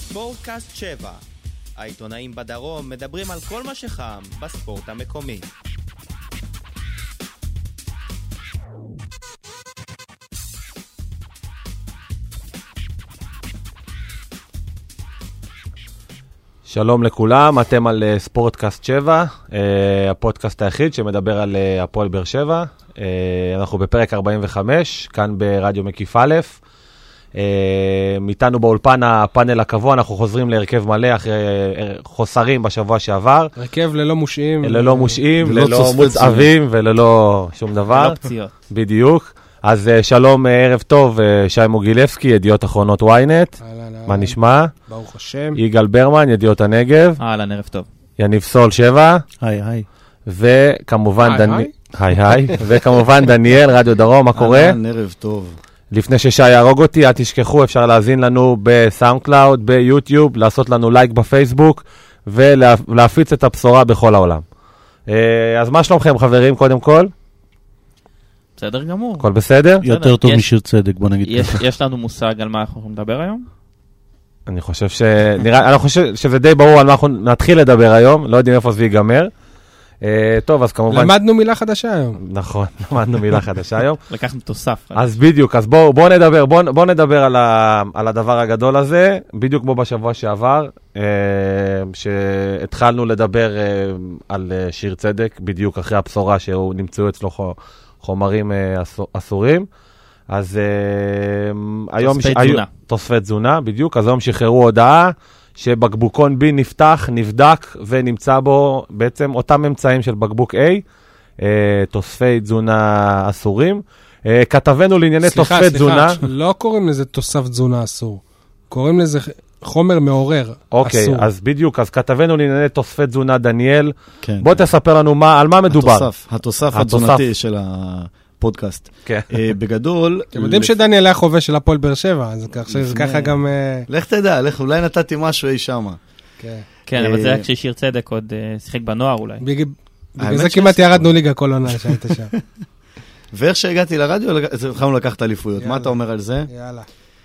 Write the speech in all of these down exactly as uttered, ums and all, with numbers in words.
ספורטקאסט שבע. העיתונאים בדרום מדברים על כל מה שחם בספורט המקומי. שלום לכולם, אתם על ספורטקאסט שבע, הפודקאסט היחיד שמדבר על הפועל באר שבע. אנחנו בפרק ארבעים וחמש, כאן ברדיו מקיף א'. איתנו באולפן הפאנל הקבוע, אנחנו חוזרים להרכב מלא אחרי חוסרים בשבוע שעבר. הרכב ללא מושעים. ללא מושעים, ללא מוצאבים וללא שום דבר. ללא פציעות. בדיוק. אז שלום, ערב טוב, שי מוגילבסקי, ידיעות אחרונות וויינט. מה נשמע? ברוך השם. יגאל ברמן, ידיעות הנגב. אהלן, ערב טוב. יניב סול, שבע. היי, היי. וכמובן דניאל. היי, היי. וכמובן דניאל, רדיו דרום, מה קורה? אהלן, ערב טוב. לפני ששי יהרוג אותי, אל תשכחו, אפשר להזין לנו בסאונד קלאוד, ביוטיוב, לעשות לנו לייק בפייסבוק, ולהפיץ את הבשורה בכל העולם. אז מה שלומכם, חברים, קודם כל? בסדר גמור. הכל בסדר? יותר טוב משיר צדק, בוא נגיד ככה. יש לנו מושג על מה אנחנו נדבר היום? אני חושב ש... אני חושב שזה די ברור על מה אנחנו נתחיל לדבר היום, לא יודעים איפה זה ייגמר. טוב, אז כמובן... למדנו מילה חדשה היום. נכון, למדנו מילה חדשה היום. לקחנו תוסף. אז בדיוק, אז בואו בוא נדבר, בואו בוא נדבר על, ה, על הדבר הגדול הזה, בדיוק כמו בשבוע שעבר, שהתחלנו לדבר על שיר צדק, בדיוק אחרי הבשורה שהוא נמצאו אצלו חומרים אסורים. אז היום... תוספי תזונה. תוספי תזונה, בדיוק. אז היום שחררו הודעה שבקבוקון B נפתח, נבדק ונמצא בו בעצם אותם אמצעים של בקבוק A, תוספי תזונה אסורים. כתבנו לענייני תוספי תזונה. סליחה, סליחה, לא קוראים לזה תוסף תזונה אסור. קוראים לזה חומר מעורר. אוקיי, אסור. אז בדיוק, אז כתבנו לענייני תוספי תזונה דניאל. כן. בוא תספר לנו מה, על מה מדובר. התוסף, התוסף התזונתי של הפודקאסט. כן. בגדול... אתם יודעים שדניאל היה חובש של הפועל באר שבע, אז ככה גם... לך תדע, אולי נתתי משהו אי שמה. כן, אבל זה היה כששיר צדק עוד שיחק בנוער אולי. בגלל זה כמעט ירדנו ליגה כל עונה שהיית שם. ואיך שהגעתי לרדיו, התחלנו לקחת אליפויות. מה אתה אומר על זה? יאללה.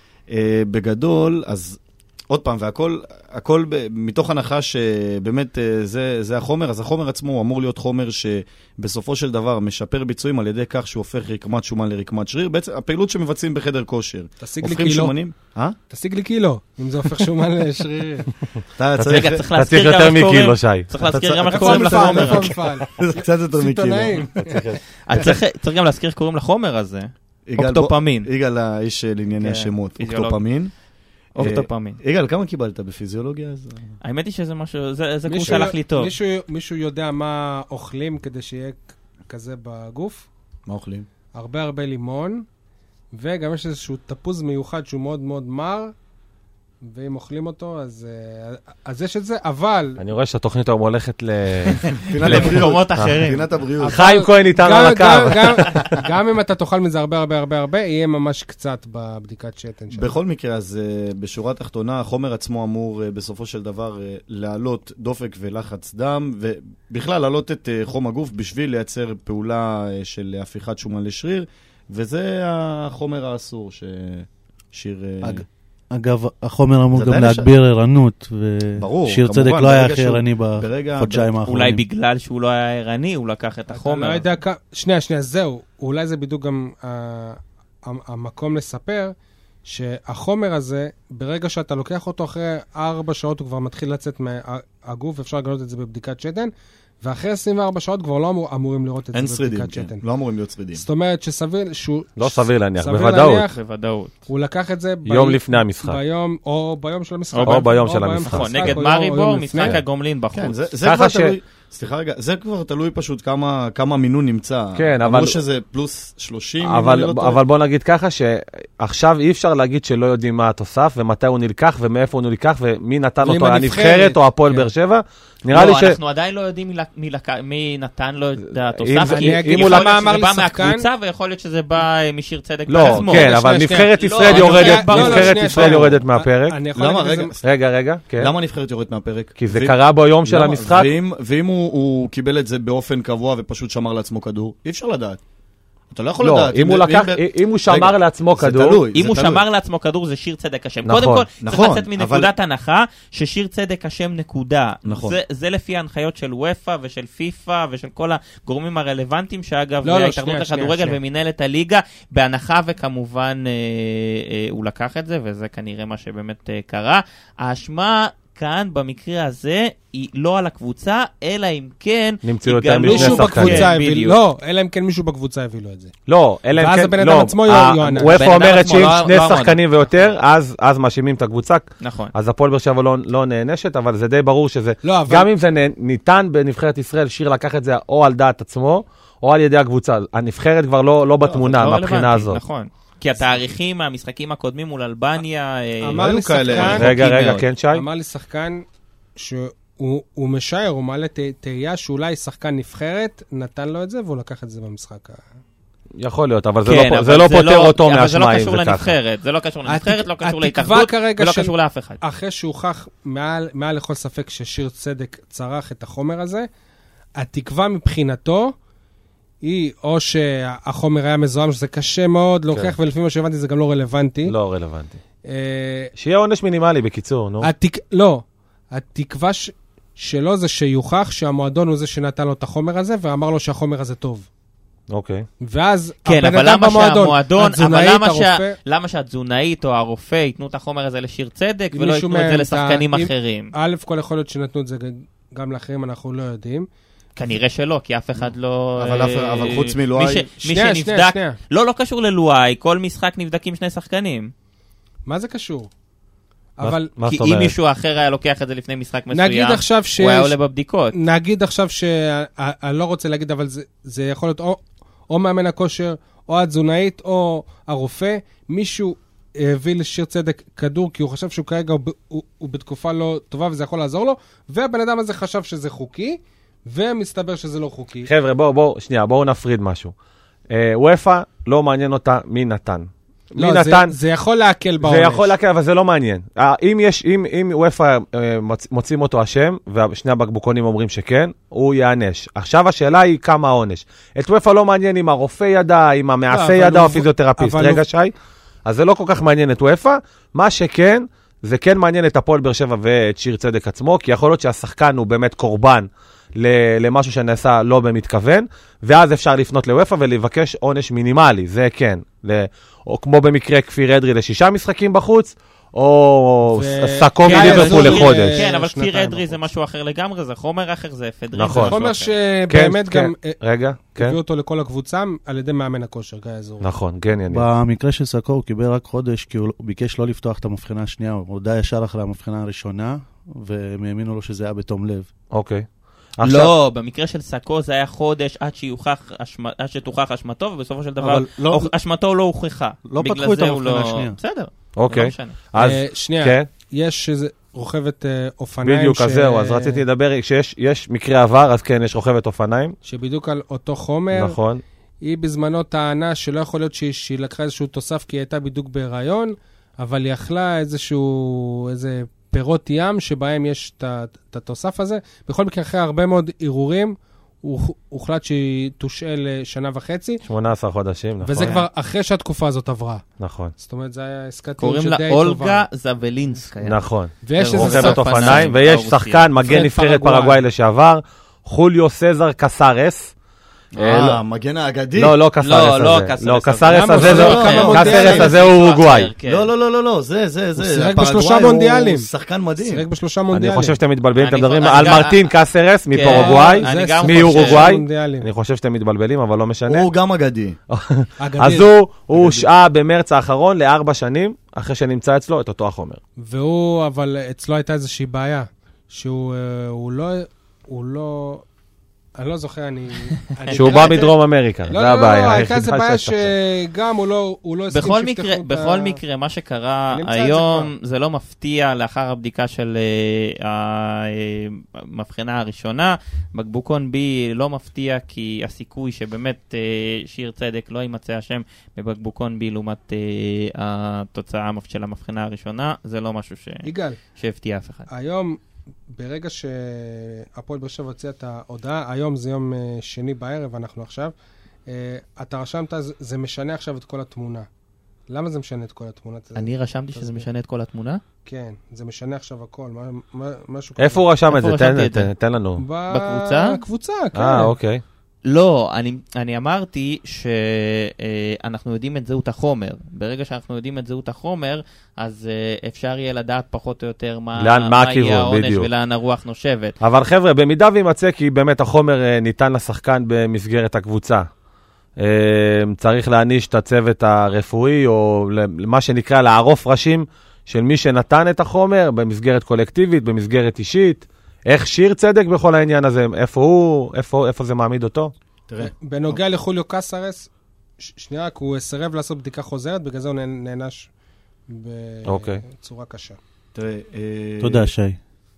בגדול, אז עוד פעם, והכל, הכל מתוך הנחה שבאמת זה, זה החומר, אז החומר עצמו הוא אמור להיות חומר שבסופו של דבר משפר ביצועים על ידי כך שהוא הופך רקמת שומן לרקמת שריר. בעצם הפעילות שמבצעים בחדר כושר. תשיג לי קילו. אה? תשיג לי קילו, אם זה הופך שומן לשריר. אתה צריך... אתה צריך יותר מקילו, שי. צריך להזכיר גם איך קוראים לחומר. זה קצת יותר מקילו. צריך גם להזכיר איך קוראים לחומר הזה. אוקטופמין. יגאל האיש לענייני השמות. אוקטופמין. אוקטופמין. יגאל, כמה קיבלת בפיזיולוגיה? האמת היא שזה משהו, זה קורס שהלך לי טוב. מישהו יודע מה אוכלים כדי שיהיה כזה בגוף? מה אוכלים? הרבה הרבה לימון, וגם יש איזשהו תפוז מיוחד שהוא מאוד מאוד מר, ואם אוכלים אותו, אז, אז יש את זה, אבל... אני רואה שהתוכנית היום הולכת למקומות אחרים. פינת הבריאות. חיים כהן איתנו על הקו. גם אם אתה תאכל מזה הרבה הרבה הרבה הרבה, יהיה ממש קצת בבדיקת שתן שלנו. בכל מקרה, אז בשורה התחתונה, החומר עצמו אמור בסופו של דבר להעלות דופק ולחץ דם, ובכלל להעלות את חום הגוף בשביל לייצר פעולה של הפיכת שומן לשריר, וזה החומר האסור ששיר... אגב, החומר אמור גם להגביר ערנות, ושיר צדק לא היה הכי ערני בחודשיים האחרונים. אולי בגלל שהוא לא היה ערני, הוא לקח את החומר. שנייה, שנייה, זהו. אולי זה בדיוק גם המקום לספר, שהחומר הזה, ברגע שאתה לוקח אותו אחרי ארבע שעות, הוא כבר מתחיל לצאת מהגוף, אפשר לגלות את זה בבדיקת שתן, ואחרי עשרים וארבע שעות כבר לא אמור, אמורים לראות את זה בבדיקת שתן. כן. לא אמורים להיות שרידים. זאת אומרת שסביר... שהוא, לא סביר להניח, בוודאות. בוודאות. הוא לקח את זה... יום ב... לפני המשחק. ביום, או ביום של המשחק. או ביום של המשחק. נכון, נגד מריבור, משחק הגומלין בחוץ. כן, זה, זה כבר ש... תלוי... סליחה רגע, זה כבר תלוי פשוט כמה, כמה מינון נמצא. כן, אבל... אמרו שזה פלוס שלושים. אבל, אבל בוא נגיד ככה שעכשיו אי אפשר להגיד שלא יודעים מה התוסף, ומתי הוא נלקח, ומאיפה הוא נלקח, ומי נתן אותו, הנבחרת או הפועל באר שבע. נראה לי ש... לא, אנחנו עדיין לא יודעים מי נתן לו את התוסף, כי אם יכול להיות שזה בא מהקבוצה, ויכול להיות שזה בא משיר צדק בעצמו. לא, כן, אבל נבחרת ישראל יורדת, נבחרת ישראל יורדת מהפרק. רגע, רגע. למה נבחרת יורדת מהפרק? כי זה קרה ביום של המשחק. ואם הוא קיבל את זה באופן קבוע ופשוט שמר לעצמו כדור, אי אפשר לדעת. אתה לא יכול לא, לדעת. אם הוא לקח, אם הוא שמר לעצמו כדור, אם הוא שמר לעצמו כדור זה שיר צדק השם. נכון, קודם כל, נכון, צריך לצאת מנקודת הנחה ששיר צדק השם נקודה. נכון. זה, זה לפי ההנחיות של וופא ושל פיפא ושל כל הגורמים הרלוונטיים, שאגב, לא, לא, ההתאחדות שנייה, לכדורגל שנייה. ומנהלת הליגה, בהנחה וכמובן אה, אה, הוא לקח את זה, וזה כנראה מה שבאמת אה, קרה. האשמה כאן, במקרה הזה, היא לא על הקבוצה, אלא אם כן... נמצאו יותר מישהו משני שחקנים. בקבוצה הביא, בדיוק. לא, אלא אם כן מישהו בקבוצה הביא לו את זה. לא, אלא אם ואז כן, הבן אדם לא, עצמו יוענן. וופא הבן אדם אומרת עצמו, שאם לא- שני לא המועדון. שחקנים ויותר, אז אז מאשימים את הקבוצה. נכון. אז הפועל באר שבע לא, לא נענשת, אבל זה די ברור שזה, לא, אבל- גם אם זה נ- ניתן בנבחרת ישראל, שיר לקח את זה או על דעת עצמו, או על ידי הקבוצה. הנבחרת כבר לא, לא בתמונה, לא מהבחינה רלוונטי, הזאת. נכון. כי התאריכים מהמשחקים הקודמים מול אלבניה... אה, אמר היו לי כאלה. שחקן, רגע, רחוקים רגע, מאוד. כן, שי? אמר לי שחקן שהוא הוא משער, הוא מעלה ת- תהייה שאולי שחקן נבחרת נתן לו את זה, והוא לקח את זה במשחק. ה- יכול להיות, אבל זה כן, לא, אבל זה לא פותר אותו אבל זה לא מהאשמה, אם קשור זה ככה. לנבחרת, זה לא קשור לנבחרת, התק- לא קשור התקווה להתאחדות, כרגע ולא של- קשור לאף אחד. אחרי שהוכח מעל, מעל לכל ספק ששיר צדק צרח את החומר הזה, התקווה מבחינתו היא או שהחומר היה מזוהם, שזה קשה מאוד להוכיח, ולפי מה שהבנתי זה גם לא רלוונטי. לא רלוונטי. אה, שיהיה עונש מינימלי, בקיצור, נו. התק... לא, התקווה ש... שלו זה שיוכח שהמועדון הוא זה שנתן לו את החומר הזה, ואמר לו שהחומר הזה טוב. אוקיי. ואז כן, הבן אבל אדם למה במועדון, שהמועדון, אבל התזונאית, למה שה- הרופא, למה שהתזונאית או הרופא ייתנו את החומר הזה לשיר צדק, אם ולא מישהו ייתנו את זה מהם לשחקנים טעה, אם- אחרים? א', כל יכול להיות שנתנו את זה גם לאחרים, אנחנו לא יודעים. כנראה שלא, כי אף אחד לא... אבל אה, אף- אבל חוץ מלואי- מי ש- מי שנייה, שנייה, שנבדק... שנייה. לא, לא קשור ללואי, כל משחק נבדקים שני שחקנים. מה זה קשור? מה- אבל מה כי זאת אם אומרת? מישהו אחר היה לוקח את זה לפני משחק מסוים, נגיד עכשיו ש... הוא היה עולה בבדיקות. נגיד עכשיו ש... אני לא רוצה להגיד, אבל זה, זה יכול להיות או, או מאמן הכושר, או התזונאית, או הרופא. מישהו הביא לשיר צדק כדור, כי הוא חשב שהוא כרגע הוא, הוא, הוא בתקופה לא טובה, וזה יכול לעזור לו, והבן אדם הזה חשב שזה חוקי, ומסתבר שזה לא חוקי. חבר'ה, בואו, בואו, שנייה, בואו נפריד משהו. אה, וופא לא מעניין אותה מי נתן. מי לא, זה, נתן, זה יכול להקל בעונש. זה יכול להקל, אבל זה לא מעניין. אה, אם יש, אם, אם וופא אה, מוצ- מוצאים אותו אשם, ושני הבקבוקונים אומרים שכן, הוא יענש. עכשיו השאלה היא כמה העונש. את וופא לא מעניין אם הרופא ידע, אם המעשה אבל ידע הוא- או פיזיותרפיסט. אבל רגע, הוא- שי, אז זה לא כל כך מעניין את וופא. מה שכן, זה כן מעניין את הפועל באר שבע ואת שיר צדק עצמו, כי יכול להיות שהשחקן הוא באמת קורבן ל- למשהו שנעשה לא במתכוון, ואז אפשר לפנות לוופא ולבקש עונש מינימלי, זה כן. ל- או כמו במקרה כפיר אדרי לשישה משחקים בחוץ, או ו- סאקו גיא מליברפול אזורי, לחודש. אה, כן, אבל שנתיים כפיר אדרי בחוץ. זה משהו אחר לגמרי, זה חומר אחר, זה אפדרין. נכון. זה משהו חומר אחר. שבאמת כן, גם כן. רגע, כן. הביאו אותו לכל הקבוצה על ידי מאמן הכושר, גיא אזורי. נכון, כן, יניב. במקרה של סאקו הוא קיבל רק חודש, כי הוא ביקש לא לפתוח את המבחנה השנייה, הוא הודע ישר אחרי המבחנה הראשונה, והם האמינו לו שזה היה בתום לב. אוקיי. עכשיו, לא, במקרה של סאקו זה היה חודש עד שיוכח אשמה- עד שתוכח אשמתו, ובסופו של דבר אבל לא- אוכ- אשמתו לא הוכחה. לא בגלל פתחו את זה הוא המבחנה לא- השנייה. בסדר, זה אוקיי. לא משנה. אז, אה, שנייה, כן, יש איזה רוכבת אה, אופניים בדיוק, ש- אז זהו, אז רציתי לדבר, כשיש יש מקרה עבר, אז כן, יש רוכבת אופניים, שבדיוק על אותו חומר, נכון. היא בזמנו טענה שלא יכול להיות שהיא, שהיא לקחה איזשהו תוסף כי היא הייתה בדיוק בהיריון, אבל היא אכלה איזשהו, איזה פירות ים שבהם יש את ה- את התוסף הזה. בכל מקרה, אחרי הרבה מאוד ערעורים, הוא- הוחלט שהיא תושעה לשנה וחצי, שמונה עשרה חודשים, נכון. וזה כבר אחרי שהתקופה הזאת עברה. נכון, זאת אומרת, זה היה עסקת טיעון קוראים לה שדי אולגה טובה. זבלינסקיה. נכון. ויש איזה רוכבת רוכבת סוף. אופניים, ברוסיה. ויש שחקן, מגן פרד נבחרת פרגוואי. פרגוואי לשעבר, חוליו סזר קסרס. אה, המגן האגדי? לא, לא קסרס לא, לא הזה. קסרס לא, הזה. קסרס למה? הזה, הוא זה- שיחק בכמה קסרס מונדיאלים. הזה הוא אורוגוואי. כן. לא, לא, לא, לא, לא, זה, זה, זה. שיחק הפרגוואי בשלושה הוא מונדיאלים. שחקן מדהים. שיחק בשלושה אני מונדיאלים. חושב שאתם מתבלבלים, אתם אני מדברים חושב- על אני גם- מרטין קסרס כן, מפרגוואי, אני זה גם ספורט חושב. מאורוגוואי. מונדיאלים. אני חושב שאתם מתבלבלים, אבל לא משנה. הוא גם אגדי. אגדי. אז הוא הוא הושעה במרץ האחרון לארבע שנים, אחרי שנמצא אצלו את אותו החומר. והוא, אבל אצלו הייתה איזושהי בעיה, שהוא אה, הוא לא, הוא לא, אני לא זוכר, אני... אני שהוא אקרא בא את זה. מדרום אמריקה, לא, זה לא, הבעיה. לא, הייתה היחידה איזו בעיה שיש עכשיו. שגם הוא לא, הוא לא הסכים בכל שיפתחו מקרה, את ה- בכל מקרה, מה שקרה אני אמצא את זה היום, זה לא מפתיע לאחר הבדיקה של אה, המבחנה הראשונה. בקבוקון בי לא מפתיע, כי הסיכוי שבאמת אה, שיר צדק לא יימצא אשם בבקבוקון בי לעומת אה, התוצאה של המבחנה הראשונה, זה לא משהו ש- יגאל, שהפתיע אף אחד. היום, ברגע שהפועל באר שבע הוציאה את ההודעה, היום זה יום אה, שני בערב, אנחנו עכשיו, אתה רשמת, זה משנה עכשיו את כל התמונה. למה זה משנה את כל התמונה? אני רשמתי שזה משנה את כל התמונה? כן, זה משנה עכשיו הכל. איפה הוא רשם את זה? תן לנו. בקבוצה? בקבוצה, כן. אה, אוקיי. לא, אני, אני אמרתי שאנחנו יודעים את זהות החומר. ברגע שאנחנו יודעים את זהות החומר, אז אפשר יהיה לדעת פחות או יותר מה, לאן, מה יהיה העונש ולאן הרוח נושבת. אבל חבר'ה, במידה וימצא כי באמת החומר ניתן לשחקן במסגרת הקבוצה. צריך להעניש את הצוות הרפואי, או מה שנקרא לערוף ראשים של מי שנתן את החומר במסגרת קולקטיבית, במסגרת אישית. איך שיר צדק בכל העניין הזה? איפה הוא, איפה, איפה זה מעמיד אותו? תראה. בנוגע לחוליו קסרס, שנייה, הוא סרב לעשות בדיקה חוזרת, בגלל זה הוא נענש בצורה קשה. תראה, תודה, שי.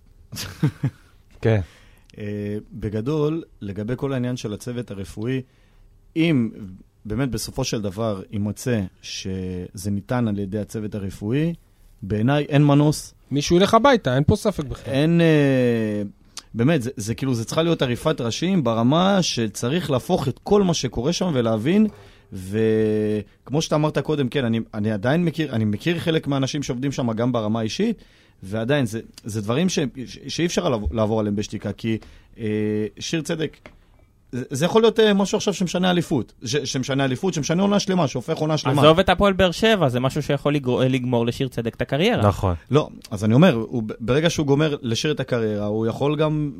כן. בגדול, לגבי כל העניין של הצוות הרפואי, אם באמת בסופו של דבר יימצא שזה ניתן על ידי הצוות הרפואי, בעיניי אין מנוס. מישהו ילך הביתה, אין פה ספק בכלל. אין, באמת, זה, זה כאילו, זה צריכה להיות עריפת ראשים ברמה שצריך להפוך את כל מה שקורה שם ולהבין, וכמו שאתה אמרת קודם, כן, אני, אני עדיין מכיר, אני מכיר חלק מהאנשים שעובדים שם גם ברמה האישית, ועדיין, זה, זה דברים ש, שאי אפשר לעבור עליהם בשתיקה, כי אה, שיר צדק, זה יכול להיות משהו עכשיו שמשנה אליפות, שמשנה אליפות, שמשנה עונה שלמה, שהופך עונה שלמה. עזוב את הפועל באר שבע, זה משהו שיכול לגמור לשיר צדק את הקריירה. נכון. לא, אז אני אומר, ברגע שהוא גומר לשיר את הקריירה, הוא יכול גם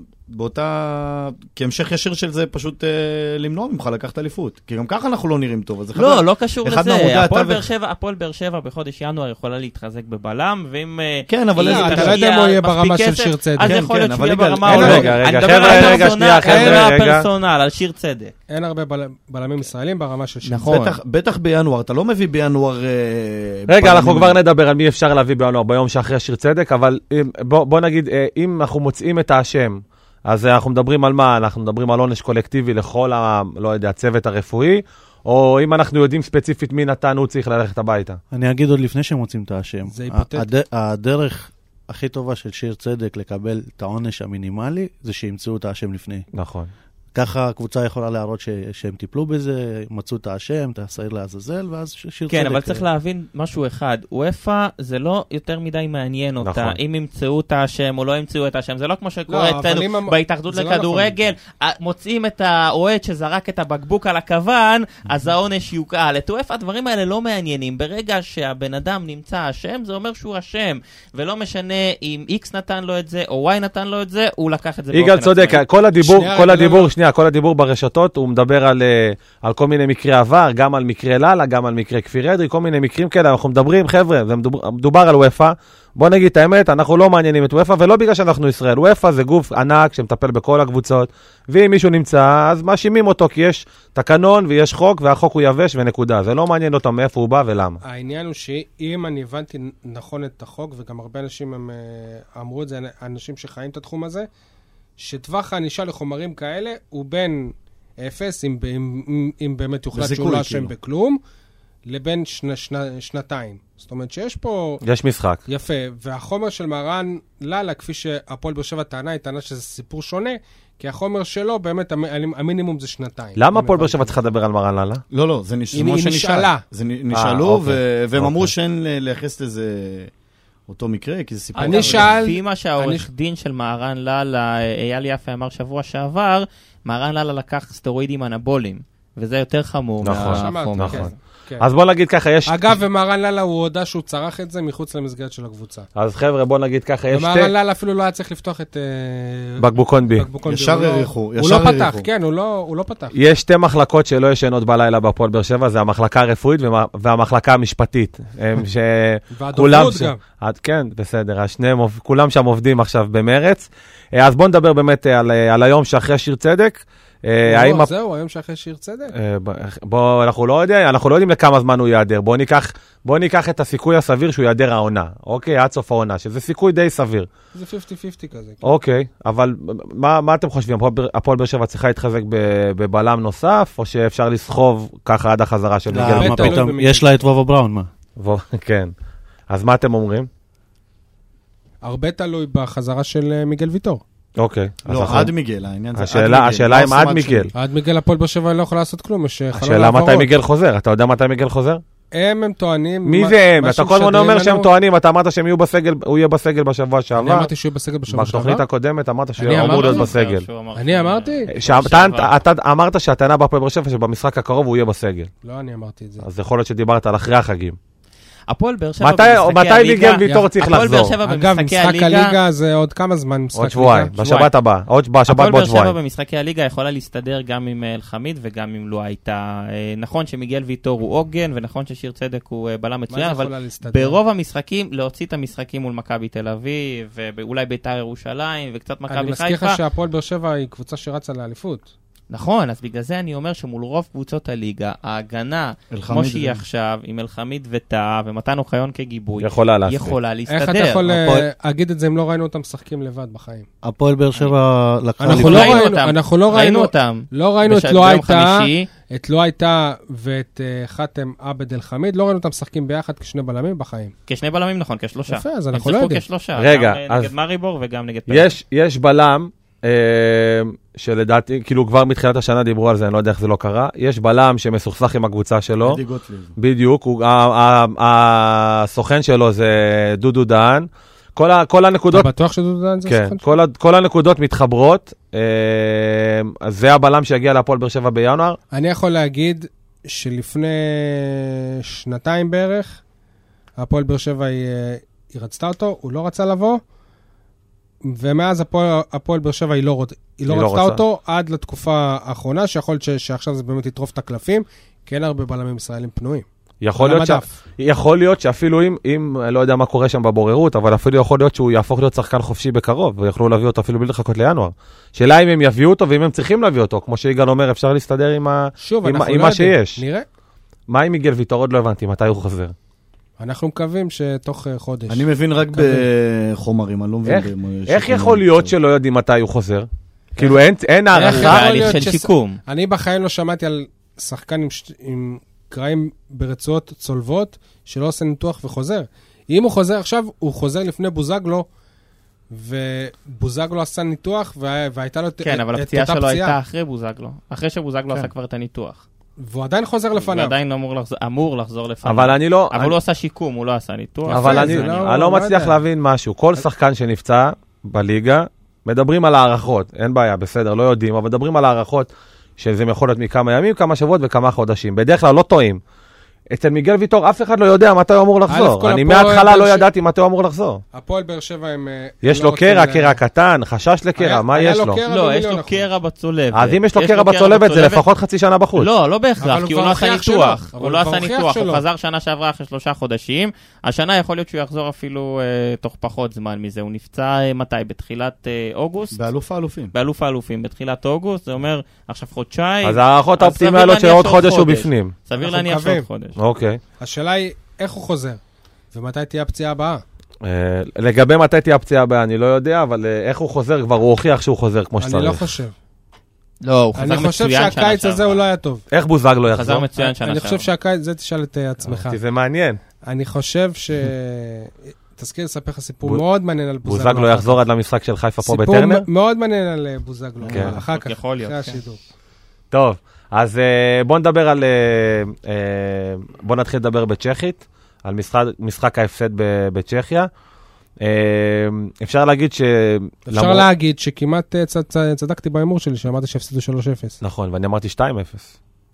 באותה, כהמשך ישיר של זה, פשוט למנוע ממך לקחת אליפות. כי גם ככה אנחנו לא נראים טוב. לא, לא קשור לזה. הפועל באר שבע בחודש ינואר יכולה להתחזק בבלם, ואם... כן, אבל אתה לא יודע מה יהיה ברמה של שיר צדק. אז יכול להיות שהוא יהיה ברמה או לא. רגע, רגע, חבר'ה, רגע, שנייה, חבר'ה, רגע. על שיר צדק. אין הרבה בלמים ישראלים ברמה של שיר. נכון. בטח, בטח בינואר, אתה לא מביא בינואר... רגע, אנחנו כבר נדבר על מי אפשר להביא בינואר ביום שאחרי שיר צדק, אבל בוא, בוא נגיד, אם אנחנו מוצאים את האשם, אז אנחנו מדברים על מה? אנחנו מדברים על עונש קולקטיבי לכל, ה, לא יודע, הצוות הרפואי, או אם אנחנו יודעים ספציפית מי נתן, הוא צריך ללכת הביתה. אני אגיד עוד לפני שמוצאים את האשם. זה היפותטי. הד... הדרך הכי טובה של שיר צדק לקבל את העונש המינימלי, זה שימצאו את האשם לפני. נכון. ככה הקבוצה יכולה להראות ש... שהם טיפלו בזה, מצאו את האשם, את השעיר לעזאזל, ואז שיר כן, צדק. אבל צריך להבין משהו אחד. אופה זה לא יותר מדי מעניין אותה. נכון. אם ימצאו את האשם או לא ימצאו את האשם. זה לא כמו שקורה לא, אצלנו אם... בהתאחדות לכדורגל. לא נכון. מוצאים את האוהד שזרק את הבקבוק על הכוון, אז העונש יוקל. את אופה הדברים האלה לא מעניינים. ברגע שהבן אדם נמצא אשם, זה אומר שהוא אשם. ולא משנה אם X נתן לו את זה או Y נתן לו את זה, הוא לקח את זה. יגאל צודק, כל הדיבור, כל הדיבור, שנייה, כל הדיבור ברשתות, הוא מדבר על, על כל מיני מקרי עבר, גם על מקרי ללה, גם על מקרי כפיר אדרי, כל מיני מקרים כאלה, אנחנו מדברים, חבר'ה, זה מדובר, מדובר על וופא, בוא נגיד את האמת, אנחנו לא מעניינים את וופא, ולא בגלל שאנחנו ישראל, וופא זה גוף ענק שמטפל בכל הקבוצות, ואם מישהו נמצא, אז מאשימים אותו, כי יש תקנון ויש חוק, והחוק הוא יבש ונקודה, זה לא מעניין אותו מאיפה הוא בא ולמה. העניין הוא שאם אני הבנתי נכון את החוק, וגם הרבה אנשים הם, אמרו את זה, אנשים שחיים את התחום הזה, שטווח הענישה לחומרים כאלה הוא בין אפס, אם, אם, אם באמת יוחלט שהוא לא אשם בכלום, לבין שנה, שנה, שנתיים. זאת אומרת שיש פה... יש משחק. יפה, והחומר של מהרן ללה, כפי שהפועל באר שבע טענה, היא טענה שזה סיפור שונה, כי החומר שלו באמת, המינימום זה שנתיים. למה הפועל באר שבע צריכה לדבר על מהרן ללה? לא, לא, זה נשאלה. זה נשאלו, והם אמרו שאין לייחס לזה... אותו מקרה, כי זה סיפור... אני שאל... לפי מה שהעורך דין של מהרן ללה, אייל יפה אמר שבוע שעבר, מהרן ללה לקח סטרואידים אנבוליים, וזה יותר חמור מהחומר. נכון. אז בוא נגיד ככה, יש... אגב, ומהרן ללה הוא הודע שהוא צרח את זה מחוץ למסגרת של הקבוצה. אז חבר'ה, בוא נגיד ככה, יש... ומהרן ללה אפילו לא היה צריך לפתוח את... בקבוקון בי. ישר הריחו. הוא לא פתח, כן, הוא לא פתח. יש שתי מחלקות שלא ישנות בלילה בהפועל באר שבע, זה המחלקה הרפואית והמחלקה המשפטית. והדוברות גם. כן, בסדר, כולם שם עובדים עכשיו במרץ. אז בוא נדבר באמת על היום שאחרי שיר צדק. זהו, היום שאחרי שיר צדק? בוא, אנחנו לא יודעים, אנחנו לא יודעים לכמה זמן הוא יעדר. בוא ניקח, בוא ניקח את הסיכוי הסביר שהוא יעדר העונה. אוקיי, עד סוף העונה, שזה סיכוי די סביר. זה חמישים חמישים כזה. אוקיי, אבל מה, מה אתם חושבים? הפועל באר שבע צריכה להתחזק בבלם נוסף, או שאפשר לסחוב ככה עד החזרה של מיגל ויטור? יש לה את וובה בראון, מה? כן. אז מה אתם אומרים? הרבה תלוי בחזרה של מיגל ויטור. אוקיי. לא, עד מיגל, העניין זה עד מיגל. השאלה אם עד מיגל. עד מיגל הפועל באר שבע לא יכול לעשות כלום. השאלה מתי מיגל חוזר, אתה יודע מתי מיגל חוזר? הם הם טוענים... מי זה הם? אתה כל הזמן אומר שהם טוענים, אתה אמרת שהם יהיו בסגל, הוא יהיה בסגל בשבוע שעבר. אני אמרתי שהוא יהיה בסגל בשבוע שעבר. בתוכנית הקודמת אמרת שהוא אמור להיות בסגל. אני אמרתי? אתה אמרת שהטענה בהפועל באר שבע שבמשחק הקרוב הוא יהיה בסגל. לא, אני אמרתי את זה. אז יכול להיות שדיברת על אחרי החגים. הפועל באר שבע במשחקי הליגה... מתי מיגל ויטור צריך לחזור? אגב, משחק הליגה זה עוד כמה זמן משחק ליגה? עוד שבועיים, בשבת הבאה. בשבת בעוד שבועיים. הפועל באר שבע במשחקי הליגה יכולה להסתדר גם עם אלחמיד וגם עם לא הייתה. נכון שמיגל ויטור הוא עוגן, ונכון ששיר צדק הוא בלם מצוין, אבל ברוב המשחקים, להוציא את המשחקים מול מכבי תל אביב, ואולי בית"ר ירושלים, וקצת מכבי חיפה. אני מזכיר לך שהפועל באר שבע היא קבוצה שרצה לאליפות. נכון, אז בגלל זה אני אומר שמול רוב קבוצות הליגה, ההגנה, כמו שהיא עכשיו, עם אלחמיד וטאה, ומתן אוחיון כגיבוי, יכולה להסתדר. יכולה להסתדר. איך אתה יכול להגיד את זה אם לא ראינו אותם משחקים לבד בחיים? הפועל באר שבע לקחה... אנחנו לא ראינו אותם. אנחנו לא ראינו אותם. לא ראינו את לא הייתה, את לא הייתה ואת חתם עבד אלחמיד, לא ראינו אותם משחקים ביחד כשני בלמים בחיים. כשני בלמים, נכון, כשלושה. יפה, אז אנחנו לא יודעים. רגע, גם נגד מריבור וגם נגד פרק. יש בלם שלדעתי, כאילו כבר מתחילת השנה דיברו על זה, אני לא יודע איך זה לא קרה, יש בלם שמסוכסך עם הקבוצה שלו, בדיוק, הסוכן שלו זה דודו דהן, כל הנקודות... אתה בטוח שדודו דהן זה סוכן שלו? כל הנקודות מתחברות, זה הבלם שיגיע להפועל באר שבע בינואר. אני יכול להגיד שלפני שנתיים בערך, הפועל באר שבע היא רצתה אותו, הוא לא רצה לבוא, ומאז הפועל באר שבע היא לא, היא לא, לא רצתה רוצה. אותו עד לתקופה האחרונה, שיכול להיות שעכשיו זה באמת יטרוף את הקלפים, כי אין הרבה בלמים ישראלים פנויים. יכול להיות, ש... יכול להיות שאפילו אם, אם, לא יודע מה קורה שם בבוררות, אבל אפילו יכול להיות שהוא יהפוך להיות שחקן חופשי בקרוב, ויוכלו להביא אותו אפילו בלי לחכות לינואר. שאלה אם הם יביאו אותו, ואם הם צריכים להביא אותו, כמו שיגאל אומר, אפשר להסתדר עם, ה... שוב, עם, עם לא מה שיש. נראה. מה עם מיגל ויטור? עוד לא הבנתי, מתי הוא חוזר? אנחנו מקווים שתוך חודש. אני מבין רק בחומרים, אני לא מבין. איך יכול להיות שלא יודעים מתי הוא חוזר? כאילו אין הערכה. של שיקום. אני בחיים לא שמעתי על שחקן עם קרעים ברצועות צולבות, שלא עושה ניתוח וחוזר. אם הוא חוזר עכשיו, הוא חוזר לפני בוזגלו, ובוזגלו עשה ניתוח, והייתה לו את אותה פציעה. כן, אבל הפציעה שלו הייתה אחרי בוזגלו. אחרי שבוזגלו עשה כבר את הניתוח. והוא עדיין חוזר לפניו. הוא עדיין אמור לחזור, אמור לחזור לפניו. אבל אני לא... אבל הוא עשה שיקום, הוא לא עשה ניתוח. אבל אני לא מצליח להבין משהו. כל שחקן שנפצע בליגה, מדברים על הערכות. אין בעיה, בסדר, לא יודעים, אבל מדברים על הערכות שזה יכול להיות מכמה ימים, כמה שבועות וכמה חודשים. בדרך כלל לא טועים. אצל מיגל ויטור אף אחד לא יודע מתי הוא אמור לחזור. אני מההתחלה לא ידעתי מתי הוא אמור לחזור. הפועל באר שבע הם... יש לו קרע, קרע קטן, חשש לקרע, מה יש לו? לא, יש לו קרע בצולבת. אז אם יש לו קרע בצולבת זה לפחות חצי שנה בחוץ. לא, לא בהכרח, כי הוא לא עשה ניתוח. הוא לא עשה ניתוח, הוא חזר שנה שעברה אחרי שלושה חודשים. השנה יכול להיות שהוא יחזור אפילו תוך פחות זמן מזה. הוא נפצע מתי? בתחילת אוגוסט? באלוף האלופים. באלוף האלופים, בתחילת אוגוסט. זה אומר עכשיו חודשיים. אז הערכות האופטימליות של עוד חודש הוא בפנים. סביר להניח שעוד חודש. אוקיי. השאלה היא איך הוא חוזר, ומתי תהיה הפציעה הבאה? לגבי מתי תהיה הפציעה הבאה, אני לא יודע, אבל איך הוא חוזר, כבר הוא הוכיח שהוא חוזר כמו שצריך. אני לא חושב. לא, הוא חזר מצוין שנה שעברה. אני חושב שהקיץ הזה הוא לא היה טוב. איך בוזגלו יחזור? חזר מצוין שנה שעברה. אני חושב שהקיץ, זה תשאל את עצמך. כי זה מעניין. אני חושב ש... תזכיר לספר לך סיפור מאוד מעניין על בוזגלו. בוזגלו יחזור עד למשחק של חיפה פה בטרנר? סיפור מאוד מעניין על בוזגלו. אחר כך, אחרי השידור. טוב. אז בוא נדבר על, בוא נתחיל לדבר בצ'כית, על משחק, משחק ההפסד בצ'כיה. אפשר להגיד ש... אפשר להגיד שכמעט צדקתי באמור שלי, שאמרתי שהפסדו שלוש אפס. נכון, ואני אמרתי שתיים אפס.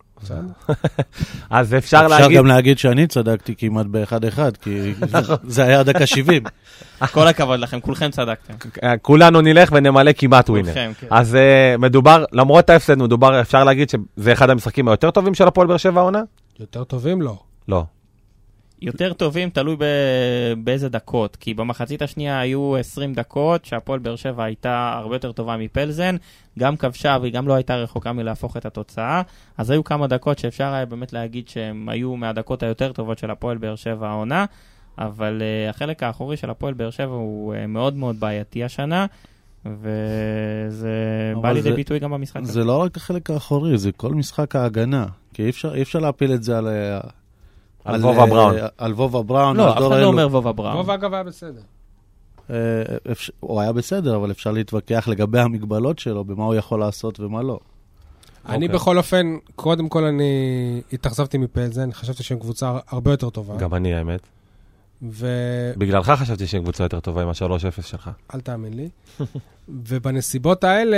אז אפשר להגיד... אפשר גם להגיד שאני צדקתי כמעט ב-אחד אחד, כי זה היה דקה שבעים. כל הכבוד לכם, כולכם צדקתם. כולנו נלך ונמלא כמעט ווינר. אז מדובר, למרות ההפסד, מדובר, אפשר להגיד שזה אחד המשחקים היותר טובים של הפועל באר שבע העונה? יותר טובים לא. לא. יותר טובים, תלוי באיזה דקות, כי במחצית השנייה היו עשרים דקות, שהפועל באר שבע הייתה הרבה יותר טובה מפלזן, גם כבשה והיא גם לא הייתה רחוקה מלהפוך את התוצאה, אז היו כמה דקות שאפשר היה באמת להגיד שהם היו מהדקות היותר טובות של הפועל באר שבע העונה, אבל uh, החלק האחורי של הפועל באר שבע הוא uh, מאוד מאוד בעייתי השנה, וזה בא לידי ביטוי גם במשחק. זה לא רק החלק האחורי, זה כל משחק ההגנה, כי אי אפשר, אי אפשר להפיל את זה על... על וובה בראון. על וובה בראון. לא, אף אחד לא אומר וובה בראון. וובה אגב היה בסדר. הוא היה בסדר, אבל אפשר להתווכח לגבי המגבלות שלו, במה הוא יכול לעשות ומה לא. אני בכל אופן, קודם כל אני התאכזבתי מפלזן, חשבתי שהם קבוצה הרבה יותר טובה. גם אני, האמת. ו... בגללך חשבתי שהם קבוצה יותר טובה עם ה-שלוש אפס שלך. אל תאמין לי. ובנסיבות האלה,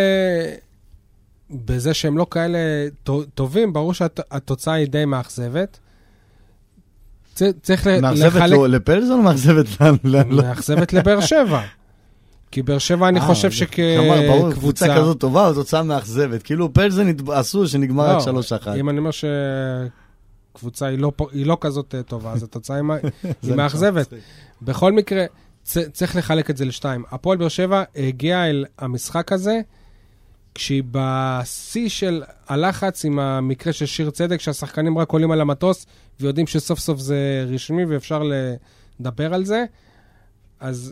בזה שהם לא כאלה טובים, ברור שהתוצאה היא די מאכזבת. צריך לחלק... מאכזבת לפלזן או מאכזבת לנו? מאכזבת לבאר שבע. כי באר שבע אני חושב שכקבוצה... קבוצה כזאת טובה, זו תוצאה מאכזבת. כאילו פלזן עשו שנגמר רק שלוש אחת. אם אני אומר שקבוצה היא לא כזאת טובה, אז התוצאה היא מאכזבת. בכל מקרה, צריך לחלק את זה לשתיים. הפועל באר שבע הגיעה אל המשחק הזה, כשהיא בשיא של הלחץ עם המקרה של שיר צדק, שהשחקנים רק עולים על המטוס, ויודעים שסוף סוף זה רשמי, ואפשר לדבר על זה. אז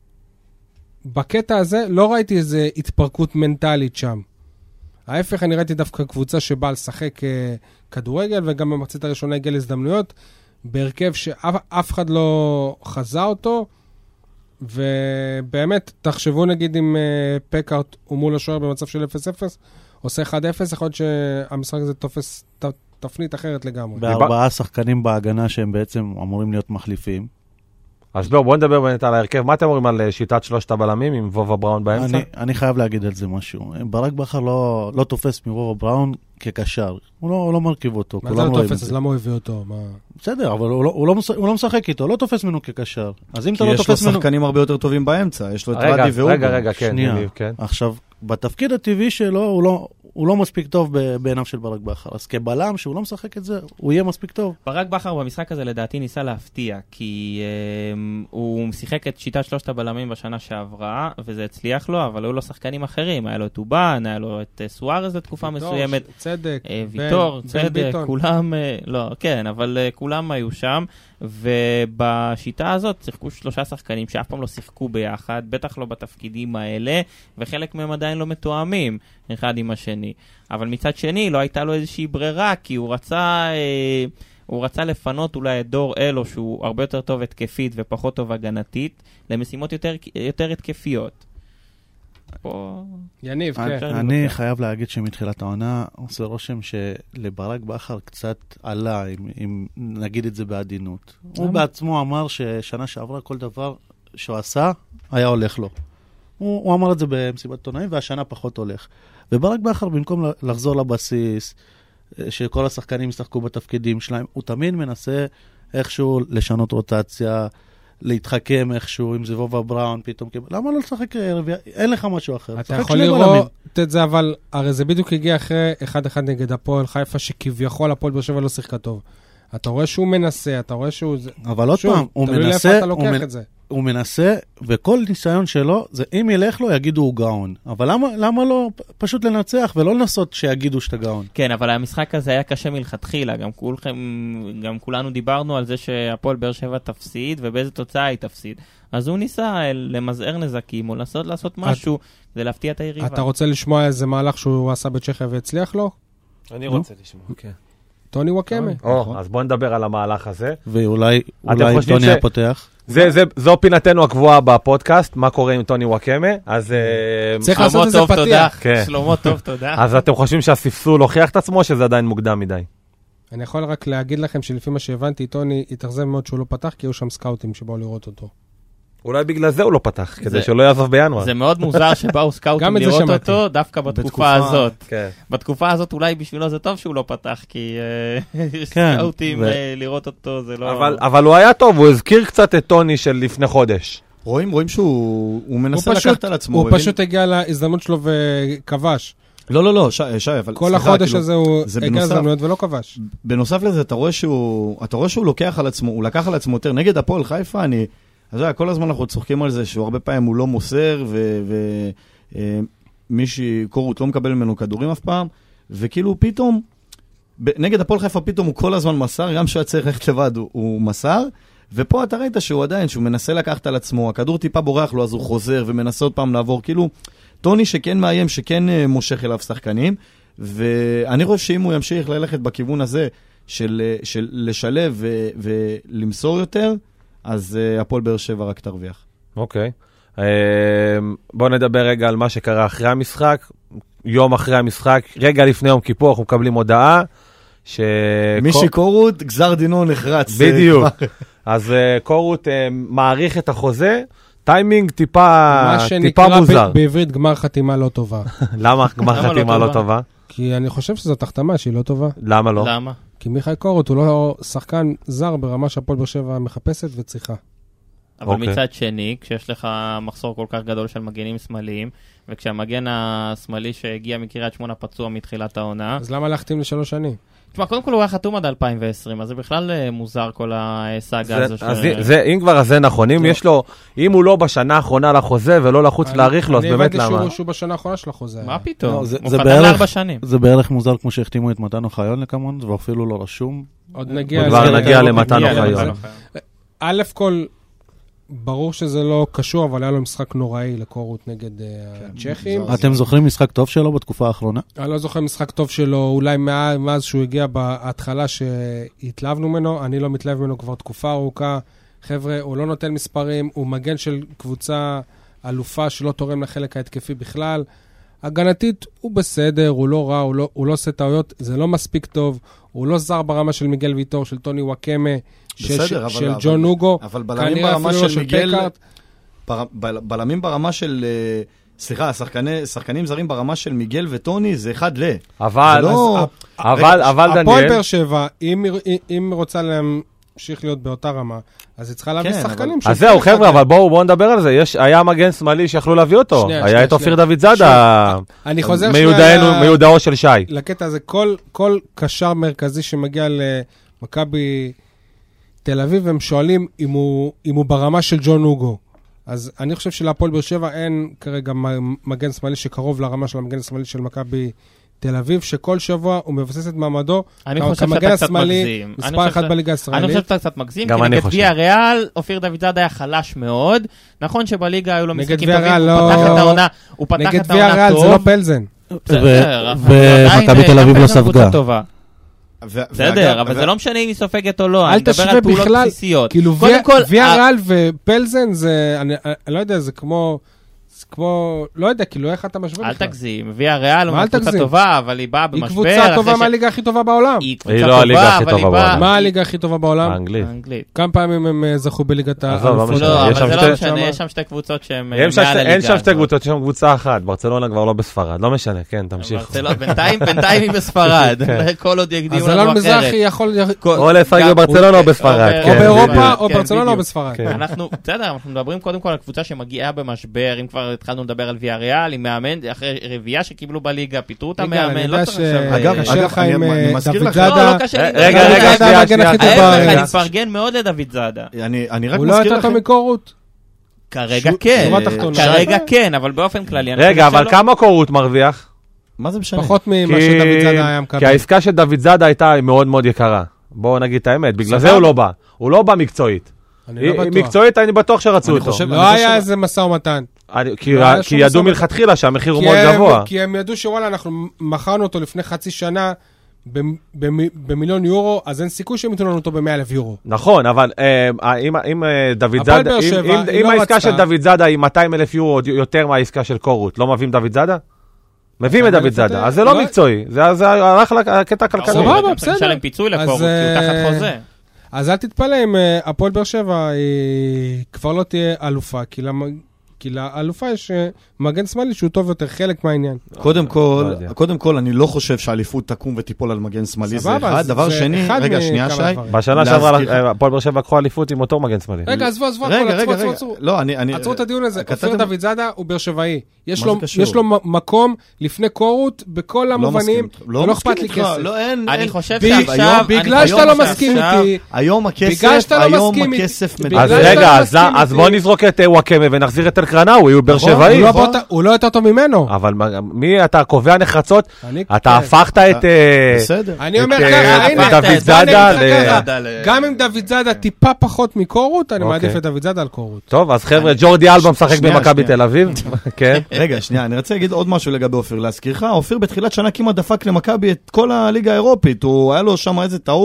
בקטע הזה לא ראיתי איזו התפרקות מנטלית שם. ההפך, אני ראיתי דווקא קבוצה שבאה לשחק כדורגל, וגם במחצית הראשונה הגיעה להזדמנויות, בהרכב שאף אחד לא חזה אותו, ובאמת, תחשבו נגיד אם פקארט הוא מול השוער במצב של אפס אפס, עושה אחד אפס, יכול להיות שהמשחק הזה תופס תפנית אחרת לגמרי. בארבעה שחקנים בהגנה שהם בעצם אמורים להיות מחליפים. אז בואו, בואו נדבר באמת על ההרכב. מה אתם אומרים על שיטת שלושת הבלמים עם וובה בראון באמצע? אני, אני חייב להגיד על זה משהו. ברק בכר לא, לא תופס מוובה בראון כקשר. הוא לא, הוא לא מרכיב אותו. מה זה לא תופס? אז למה הוא הביא אותו? מה... בסדר, אבל הוא לא, הוא, לא, הוא לא משחק איתו, לא תופס ממנו כקשר. אז אם אתה לא תופס ממנו... כי יש לו שחקנים הרבה יותר טובים באמצע. יש לו את רדי והוא. רגע, רגע, כן. שנייה. כן. עכשיו, בתפקיד הטבעי שלו, הוא לא... הוא לא מספיק טוב בעיניו של ברק בכר. אז כבלם שהוא לא משחק את זה, הוא יהיה מספיק טוב. ברק בכר במשחק הזה לדעתי ניסה להפתיע, כי um, הוא שיחק את שיטת שלושת הבלמים בשנה שעברה, וזה הצליח לו, אבל היו לו שחקנים אחרים. היה לו את אובן, היה לו את סוארז לתקופה ויתור, מסוימת. צדק. Uh, ויתור, בן, צדק, בן כולם, uh, לא, כן, אבל uh, כולם היו שם. ובשיטה הזאת שיחקו שלושה שחקנים שאף פעם לא שיחקו ביחד, בטח לא בתפקידים האלה, וחלק מהם עדיין לא מתואמים אחד עם השני. אבל מצד שני לא הייתה לו איזושהי ברירה, כי הוא רצה, אה, הוא רצה לפנות אולי את דור אלו, שהוא הרבה יותר טוב התקפית ופחות טוב הגנתית, למשימות יותר, יותר התקפיות. פה... יניב, כן. אני חייב להגיד שמתחילת העונה עושה רושם שלברק בכר קצת עלה, אם, אם נגיד את זה בעדינות. הוא בעצמו אמר ששנה שעברה כל דבר שהוא עשה היה הולך לו. הוא, הוא אמר את זה במסיבת עיתונאים, והשנה פחות הולך. וברק בכר במקום לחזור לבסיס, שכל השחקנים ישחקו בתפקידים שלהם, הוא תמיד מנסה איכשהו לשנות רוטציה, להתחכם איכשהו, אם זה וובה בראון פתאום, למה לא לשחק רביעי? אין לך משהו אחר. אתה יכול לראות את זה, אבל הרי זה בדיוק הגיע אחרי אחד אחד נגד הפועל חיפה, שכביכול הפועל באר שבע לא שיחקה טוב. אתה רואה שהוא מנסה, אתה רואה שהוא... אבל עוד פעם, הוא מנסה, הוא מנסה, וכל ניסיון שלו, זה אם ילך לו, יגידו הוא גאון. אבל למה, למה לא פשוט לנצח, ולא לנסות שיגידו שאתה גאון? כן, אבל המשחק הזה היה קשה מלכתחילה. גם כולכם, גם כולנו דיברנו על זה שהפועל באר שבע תפסיד, ובאיזה תוצאה היא תפסיד. אז הוא ניסה למזער נזקים, או לעשות, לעשות משהו, כדי להפתיע את היריבה. אתה רוצה לשמוע איזה מהלך שהוא עשה בצ'כיה והצליח לו? אני רוצה לשמוע, כן. טוני וואקמה. או, אז בואו נדבר על המהלך הזה. ואולי טוני הפותח. זו פינתנו הקבועה בפודקאסט, מה קורה עם טוני וואקמה. אז... צריך לעשות איזה פתיח. שלמה טוב, תודה. אז אתם חושבים שהספסול הוכיח את עצמו, שזה עדיין מוקדם מדי? אני יכול רק להגיד לכם שלפי מה שהבנתי, טוני התאכזב מאוד שהוא לא פתח, כי היו שם סקאוטים שבאו לראות אותו. אולי בגלל זה הוא לא פתח, כדי שלא יעזוב בינואר. זה מאוד מוזר שבאו סקאוטים לראות אותו, דווקא בתקופה הזאת. בתקופה הזאת אולי בשבילו זה טוב שהוא לא פתח, כי סקאוטים לראות אותו זה לא... אבל הוא היה טוב, הוא הזכיר קצת את טוני של לפני חודש. רואים, רואים שהוא מנסה לקחת על עצמו. הוא פשוט הגיע להזדמנות שלו וכבש. לא, לא, לא, שי, אבל... כל החודש הזה הוא הגיע להזדמנות ולא כבש. בנוסף לזה, אתה רואה שהוא לוקח על עצמו, הוא לקח על עצמו יותר. נגד הפועל חיפה, אני... אז כל הזמן אנחנו צוחקים על זה שהוא הרבה פעמים הוא לא מוסר, ומישהי, קורות לא מקבל ממנו כדורים אף פעם, וכאילו פתאום, נגד הפועל חיפה פתאום הוא כל הזמן מסר, גם שהוא צריך ללכת לבד הוא מסר, ופה אתה ראית שהוא עדיין, שהוא מנסה לקחת על עצמו, הכדור טיפה בורח לו, אז הוא חוזר ומנסה עוד פעם לעבור, כאילו, טוני שכן מאיים, שכן מושך אליו שחקנים, ואני חושב שאם הוא ימשיך ללכת בכיוון הזה, של, של לשלב ו, ולמסור יותר, אז הפועל באר שבע רק תרוויח. אוקיי. בואו נדבר רגע על מה שקרה אחרי המשחק. יום אחרי המשחק, רגע לפני יום כיפור, אנחנו מקבלים הודעה ש... מישי קורות, גזר דינו נחרץ. בדיוק. אז קורות מעריך את החוזה, טיימינג טיפה טיפה מוזר. מה שנקרא בעברית גמר חתימה לא טובה. למה גמר חתימה לא טובה? כי אני חושב שזאת החתמה שהיא לא טובה. למה לא? למה? כי מיכאל קורות הוא לא שחקן זר ברמה שהפועל באר שבע מחפשת וצריכה. אבל מצד שני, כשיש לך מחסור כל כך גדול של מגנים שמאליים, וכשהמגן השמאלי שהגיע מקריית שמונה פצוע מתחילת העונה... אז למה להחתים לשלוש שנים? תשמע, קודם כל הוא היה חתום עד אלפיים ועשרים, אז זה בכלל מוזר כל הסאגה הזו. אם כבר, אז זה נכון. אם יש לו, אם הוא לא בשנה האחרונה לחוזה ולא לחוץ להאריך לו, אז באמת למה? אני הבנתי שהוא בשנה האחרונה של החוזה. מה פתאום? הוא חתם לארבע שנים. זה בערך מוזר כמו שהחתימו את מתן אוחיון לכמון, ואפילו לא רשום. עוד נגיע למתן אוחיון. א' כל... ברור שזה לא קשור, אבל היה לו משחק נוראי לקורות נגד הצ'כים. אתם זוכרים משחק טוב שלו בתקופה האחרונה? אני לא זוכר משחק טוב שלו, אולי מאז שהוא הגיע בהתחלה שהתלהבנו ממנו, אני לא מתלהב ממנו כבר תקופה ארוכה. חבר'ה, הוא לא נותן מספרים, הוא מגן של קבוצה אלופה שלא תורם לחלק ההתקפי בכלל. הגנתית הוא בסדר, הוא לא רע, הוא לא, הוא לא עושה טעויות, זה לא מספיק טוב, הוא לא זר ברמה של מיגל ויטור, של טוני וואקמה, בסדר, של ג'ון נוגו, אבל בלמים ברמה של מיגל, בלמים ברמה של, סליחה, שחקנים זרים ברמה של מיגל וטוני, זה אחד ל. אבל, אבל, אבל דניאל... הפועל באר שבע, אם רוצה להמשיך להיות באותה רמה, אז היא צריכה להביא שחקנים. אז זהו, חבר'ה, אבל בואו נדבר על זה. היה מגן שמאלי שיכלו להביא אותו. היה את אופיר דוד זאדה, מיודעו של שי. לקטע הזה, כל קשר מרכזי שמגיע למכבי תל אביב, הם שואלים אם הוא ברמה של ג'ון נוגו. אז אני חושב שלהפועל באר שבע אין כרגע מגן שמאלי שקרוב לרמה של המגן השמאלי של מכבי תל אביב, שכל שבוע הוא מבסס את מעמדו כמגן השמאלי, מספר אחד בליגה הישראלית. אני חושב שאתה קצת מגזים, כי נגד ויה ריאל, אופיר דוד זאדה היה חלש מאוד. נכון שבליגה היו לו משחקים טובים, הוא פתח את העונה, הוא פתח את העונה טוב. נגד ויה ריאל זה לא פלזן. ומכבי תל אביב לא ספגה. בסדר, אבל זה לא משנה אם היא סופגת או לא, אני מדבר על פעולות בסיסיות. כאילו ויה ריאל ופלזן זה, אני לא יודע, זה כמו... כמו, לא יודע, כאילו איך אתה משווה בכלל? אל תגזים, ויה ריאל הוא קבוצה טובה, אבל היא באה במשבר. היא קבוצה טובה מהליגה הכי טובה בעולם. היא קבוצה טובה, אבל היא באה... מה הליגה הכי טובה בעולם? האנגלית. כמה פעמים הם זכו בליגת האלופות? לא, אבל זה לא משנה, יש שם שתי קבוצות שהן מעל הליגה. אין שם שתי קבוצות, יש שם קבוצה אחת, ברצלונה כבר לא בספרד, לא משנה, כן, תמשיך. בינתיים היא בספרד, כל עוד יקדימו לנו אחרת. אז אלון מזרחי יכול... או לשחק בברצלונה או בספרד. או באירופה או ברצלונה או בספרד. אנחנו, בסדר, אנחנו מדברים קודם כל על קבוצה שמגיעה במשבר, אם כבר התחלנו לדבר על ויה ריאל, עם מאמן, אחרי רביעה שקיבלו בליגה, פיתרו את המאמן, לא צריך עכשיו... אגב, אני מזכיר לך... לא, לא קשה לי. רגע, רגע, שנייה, שנייה. אני מפרגן מאוד לדוד זאדה. אני רק הוא לא יותר טוב מקורות? כרגע כן, כרגע כן, אבל באופן כללי... רגע, אבל כמה קורות מרוויח? מה זה משנה? פחות ממה שדוד זאדה היה מקבל. כי העסקה של דוד זאדה הייתה מאוד מאוד יקרה. בואו נגיד את האמת, בגלל זה הוא לא בא. הוא לא בא מקצועית. מקצועית אני בטוח שרצו אותו. לא היה איזה מסע ומתן. כי ידעו מלכתחילה שהמחיר הוא מאוד גבוה. כי הם ידעו שוואלה, אנחנו מכרנו אותו לפני חצי שנה במיליון יורו, אז אין סיכוי שהם ייתנו לנו אותו ב-מאה אלף יורו. נכון, אבל אם דוד זאדה, אם העסקה של דוד זאדה היא מאתיים אלף יורו יותר מהעסקה של קורות, לא מביאים דוד זאדה? מביאים את דוד זאדה, אז זה לא מקצועי, זה הלך לקטע הכלכלי. סבבה, בסדר. אפשר להם פיצוי לקורות, כי הוא תחת חוזה. אז אל תתפלא אם הפועל באר שבע היא כבר לא תהיה אלופה, כי לאלופה יש מגן שמאלי שהוא טוב יותר, חלק מהעניין. קודם כל, קודם כל, אני לא חושב שהאליפות תקום ותיפול על מגן שמאלי. זה אחד. דבר שני, רגע, שנייה, שי. בשנה שעברה, הפועל באר שבע לקחו אליפות עם אותו מגן שמאלי. רגע, עזבו, עזבו, עצרו, עצרו, עצרו. לא, אני... עצרו את הדיון הזה. אופיר דוד זאדה הוא באר שבעי. יש לו מקום לפני קורות בכל המובנים, ולא אכפת לי כסף. אני חושב שעכשיו... בגלל שאתה לא מסכים איתי. היום הכסף, היום הכסף... אז רגע, אז בוא נזרוק את וואקמה ונחזיר את אלקרנאוי, הוא באר שבעי. הוא לא יותר טוב ממנו. אבל מי אתה קובע נחרצות? אתה הפכת את... בסדר. אני אומר ככה, הנה, דוד זאדה... גם אם דוד זאדה טיפה פחות מקורות, אני מעדיף את דוד זאדה על קורות. טוב, אז חבר'ה, ג'ורדי אלבה משחק במכבי תל אביב. כן. רגע, שנייה, אני רוצה להגיד עוד משהו לגבי אופיר, להזכירך, אופיר בתחילת שנה כמעט דפק למכבי את כל הליגה האירופית, הוא היה לו שם איזה טעות,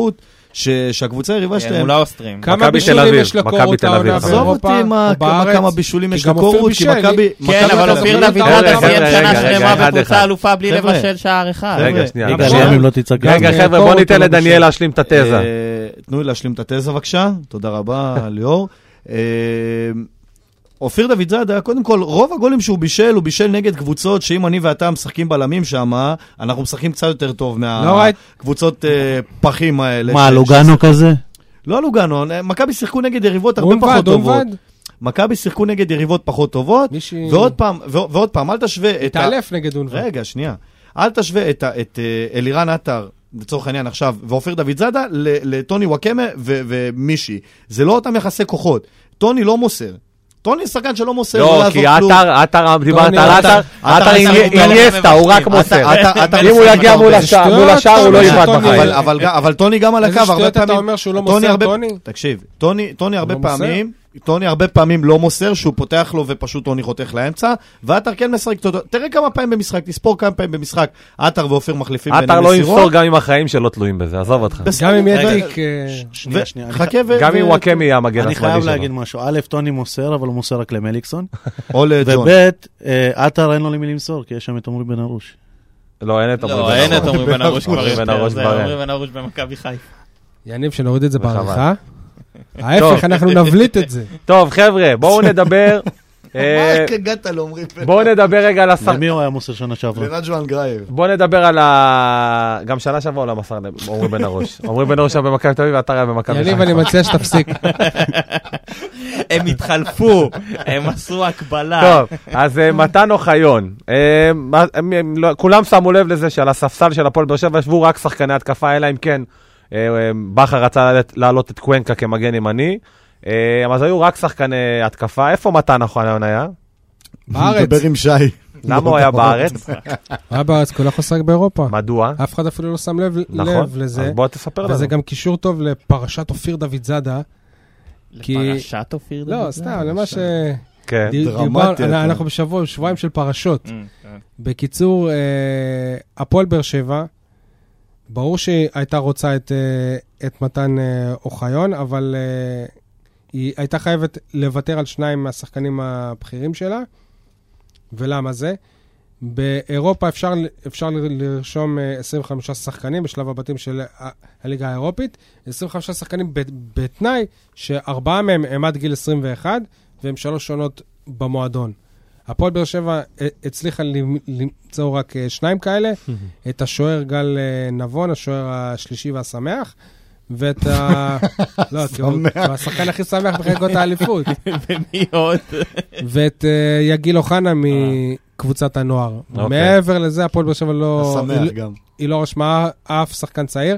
ש- שהקבוצה היריבה שלהם... מול האוסטרים. כמה מכבי תל בישולים אביב, יש לקורות מכבי תל אביב. העונה עזוב באירופה אותי מה- או בארץ? כמה בישולים יש כי גם לקורות, אופיר כי בישל, מכבי... כן, מכבי אבל תל אופיר אביב- דוד רגע, רדה חבר'ה, סיים רגע, שנה רגע, שלמה אחד, בקבוצה אחד. אלופה בלי חבר'ה. לבשל שער אחד. רגע, שנייה. ליגה רגע, שלהם אם לא תצעק. גם, רגע, אה, חבר'ה, קורות בוא ניתן לא לדניאל בשל. להשלים את התזה. אה, תנו לי להשלים את התזה בבקשה, תודה רבה ליאור. אה, אופיר דוד זאדה, קודם כל, רוב הגולים שהוא בישל, הוא בישל נגד קבוצות שאם אני ואתה משחקים בלמים שם, אנחנו משחקים קצת יותר טוב לא ראית? מהקבוצות פחים האלה. מה, ש- לוגנו כזה? לא לוגנו, מכבי שיחקו נגד יריבות הרבה אום פחות ועד, אום טובות. ועד. מכבי שיחקו נגד יריבות פחות טובות, מישהי- ועוד פעם, ו- ועוד פעם, אל תשווה את ה... התעלף נגד אום ועד. רגע, שנייה. אל תשווה את, ה- את אה, אלירן עטר, לצורך העניין עכשיו, ואופיר דוד זאדה, ל- לטוני וואקמה ו- ומישי. זה לא אותם יחסי כוחות. טוני לא מוסר. טוני שחקן שלא מוסר, לא, יעזור כי כלום. עטר, עטר, דיברת על עטר- עטר, עטר עטר עשה הרבה אינייסטה, הוא רק עטר- מוסר. עטר- עטר- אם הוא יגיע מול הרבה. השער, שטויות, מול השער הוא לא אתה יבעט אומר בחיים. אבל, אבל, אבל טוני גם על הקו, איזה הרבה שטויות אתה פעמים... אומר שהוא לא טוני מוסר, הרבה- טוני? תקשיב, טוני, טוני הרבה לא מוסר? פעמים, טוני הרבה פעמים לא מוסר, שהוא פותח לו ופשוט טוני חותך לאמצע, ועטר כן משחק אותו. תראה כמה פעמים במשחק, תספור כמה פעמים במשחק, עטר ואופיר מחליפים בין עטר לא המסירות. ימסור גם אם החיים שלו תלויים בזה, עזוב אותך. בסדר, גם אם יהיה רגע, תיק... אה, שנייה, ו- שנייה. אני חכה ו... גם ו- אם וואקמה יהיה המגן אני השמאלי חייב שלו. להגיד משהו. א', טוני מוסר, אבל הוא מוסר רק למליקסון. או לג'ון. וב', אה, עטר אין לו למי למסור, כי יש שם את עמרי בן ארוש. לא, אין את עמרי לא, בן אין את ארוש. עמרי בן ארוש כבר עמרי בן יותר. ארוש זה כבר אין. עמרי בן ארוש במכבי חיפה. יניב, שנוריד את זה וחבל. בעריכה. ההפך, אנחנו נבליט את זה. טוב, חבר'ה, בואו נדבר. אה, מה הגעת לעומרי בן? בואו נדבר רגע על השחק... למי הוא היה מוסר שנה שעברה? לנג'ואן גרייב. בואו נדבר על ה... גם שנה שעברה הוא לא מסר עמרי בן ארוש. עמרי בן ארוש היה במכבי תל אביב ועטר היה במכבי חיפה. יניב, אני מציע שתפסיק. הם התחלפו, הם עשו הקבלה. טוב, אז אה, מתן אוחיון. אה, מה- הם- הם לא- כולם שמו לב לזה שעל הספסל של הפועל באר שבע ישבו רק שחקני התקפה, אלא אם כן אה, אה, בכר רצה לעלות- להעלות את קוונקה כמגן ימני. אה, אז היו רק שחקני התקפה. איפה מתן אוחיון היה? בארץ. מדבר עם שי. למה הוא היה בארץ? היה בארץ, כולך עוסק באירופה. מדוע? אף אחד אפילו לא שם לב נכון. לב לזה. אז בוא תספר לנו. וזה גם קישור טוב לפרשת אופיר דוד זאדה. כי- לפרשת אופיר דוד לא, זאדה. סתם, למה ש... כן. די- דרמטי דיבר- אתה. אנחנו בשבוע, שבועיים של פרשות. Mm, כן. בקיצור, אה, הפועל באר שבע, ברור שהיא הייתה רוצה את, אה, את מתן אה, אוחיון, אבל אה, היא הייתה חייבת לוותר על שניים מהשחקנים הבכירים שלה. ולמה זה? באירופה אפשר, אפשר לרשום אה, עשרים וחמישה שחקנים בשלב הבתים של ה- הליגה האירופית, עשרים וחמישה שחקנים ב- בתנאי שארבעה מהם הם עד גיל עשרים ואחת, והם שלוש שונות במועדון. הפועל באר שבע הצליחה למצוא רק שניים כאלה, את השוער גל נבון, השוער השלישי והשמח, ואת ה... לא, כי הוא השחקן הכי שמח בחגיגות האליפות. ומי עוד? ואת אה, יגיל אוחנה מקבוצת הנוער. אוקיי. מעבר לזה, הפועל באר שבע לא... שמח היא- גם. היא לא רשמה אף שחקן צעיר.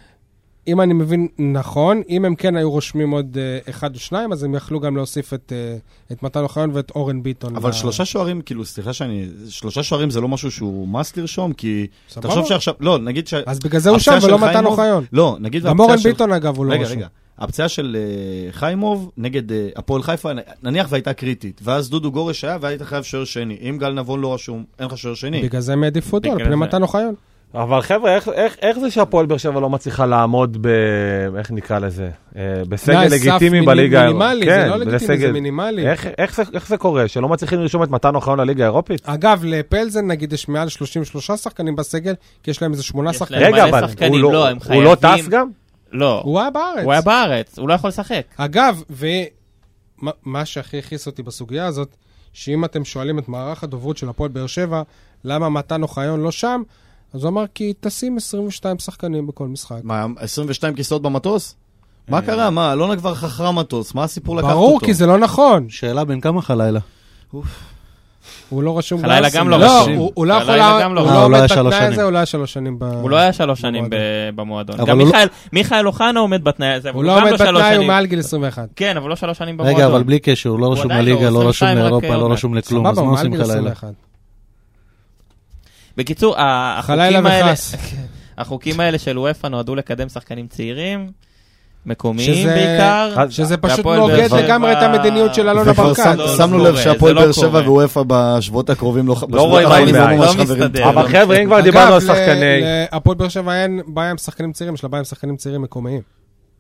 אם אני מבין נכון, אם הם כן היו רושמים עוד uh, אחד או שניים, אז הם יכלו גם להוסיף את, uh, את מתן אוחיון ואת אורן ביטון. אבל ב... שלושה שוערים, כאילו, סליחה שאני... שלושה שוערים זה לא משהו שהוא מס לרשום, כי... סבבה. תחשוב שעכשיו... לא, נגיד ש... אז בגלל זה הוא שם הפציעה ולא של מתן חיימוב- אוחיון. לא, נגיד... גם והפציעה אורן של- ביטון, אגב, הוא לא רגע, רשום. רגע. הפציעה של אה, חיימוב נגד אה, הפועל חיפה, נניח והייתה קריטית, ואז דודו גורש היה והיית חייב שוער שני. אם גל נבון לא רשום, אין לך שוער שני. בגלל זה הם העדיפו אותו, על בגלל פני זה. מתן אוחיון. אבל חבר'ה, איך, איך, איך זה שהפועל באר שבע לא מצליחה לעמוד ב... איך נקרא לזה? אה, בסגל תנאי סף לגיטימי מיני- בליגה. מינימלי, זה כן, לא לגיטימי, בסגל. זה מינימלי. איך, איך, זה, איך זה קורה? שלא מצליחים לרשום את מתן אוחיון לליגה האירופית? אגב, לפלזן נגיד יש מעל שלושים ושלושה שחקנים בסגל, כי יש להם איזה שמונה יש שחקנים. להם רגע, מלא אבל שחקנים, הוא לא, לא, הם הוא לא חייבים- טס גם? לא, הוא היה בארץ. הוא היה בארץ, הוא לא יכול לשחק. אגב, ומה שהכי הכיס אותי בסוגיה הזאת, שאם אתם שואלים את מערך הדוברות של הפועל באר שבע, למה מתן אוחיון לא שם, אז הוא אמר, כי תשים עשרים ושתיים שחקנים בכל משחק. מה, עשרים ושתיים כיסאות במטוס? מה קרה? מה, אלונה כבר חכרה מטוס, מה הסיפור לקחת אותו? ברור, כי זה לא נכון. שאלה בין כמה חלילה? הוא לא רשום חלילה גלסון. גם לא לא, רשום. הוא- הוא לא יכול... חלילה גם לא הוא רשום. לא הוא לא עומד היה שלוש בתנאי שנים. הזה, הוא לא היה שלוש שנים ב... הוא לא היה שלוש שנים במועדון. ב- במועדון. אבל גם הוא לא- מיכאל- מיכאל אוחנה עומד בתנאי הזה, הוא אבל לא גם עומד לא שלוש בתנאי, הוא שנים. מעל גיל עשרים ואחת. כן, אבל לא שלוש שנים במועדון. רגע, אבל בלי קשר, הוא לא הוא רשום עדיין לא, לליגה, לא עשרים רשום ושתיים רק לאירופה, עוד לא מעט. רשום לכלום, אז סבבה, מה הוא מעל עושים גיל עשרים חלילה? ואחת. בקיצור, ה- חלילה החוקים האלה... וחס. החוקים האלה של וופא נועדו לקדם שחקנים צעירים, מקומיים שזה- בעיקר. שזה פשוט והפועל נוגד באר שבע- לגמרי את המדיניות של אלונה וכבר ברקת. שם- לא, לא שמנו קורה, לב שהפועל זה לא באר שבע קורה. ואופה בשבועות הקרובים לא בשבועות רואים האחרונים עין לא בעין. ממש לא חברים מסתדר. טובים. אבל חבר'ה, אם כבר דיברנו על אגב, שחקני... להפועל באר שבע אין בעיה עם שחקנים צעירים, יש לה בעיה עם שחקנים צעירים מקומיים.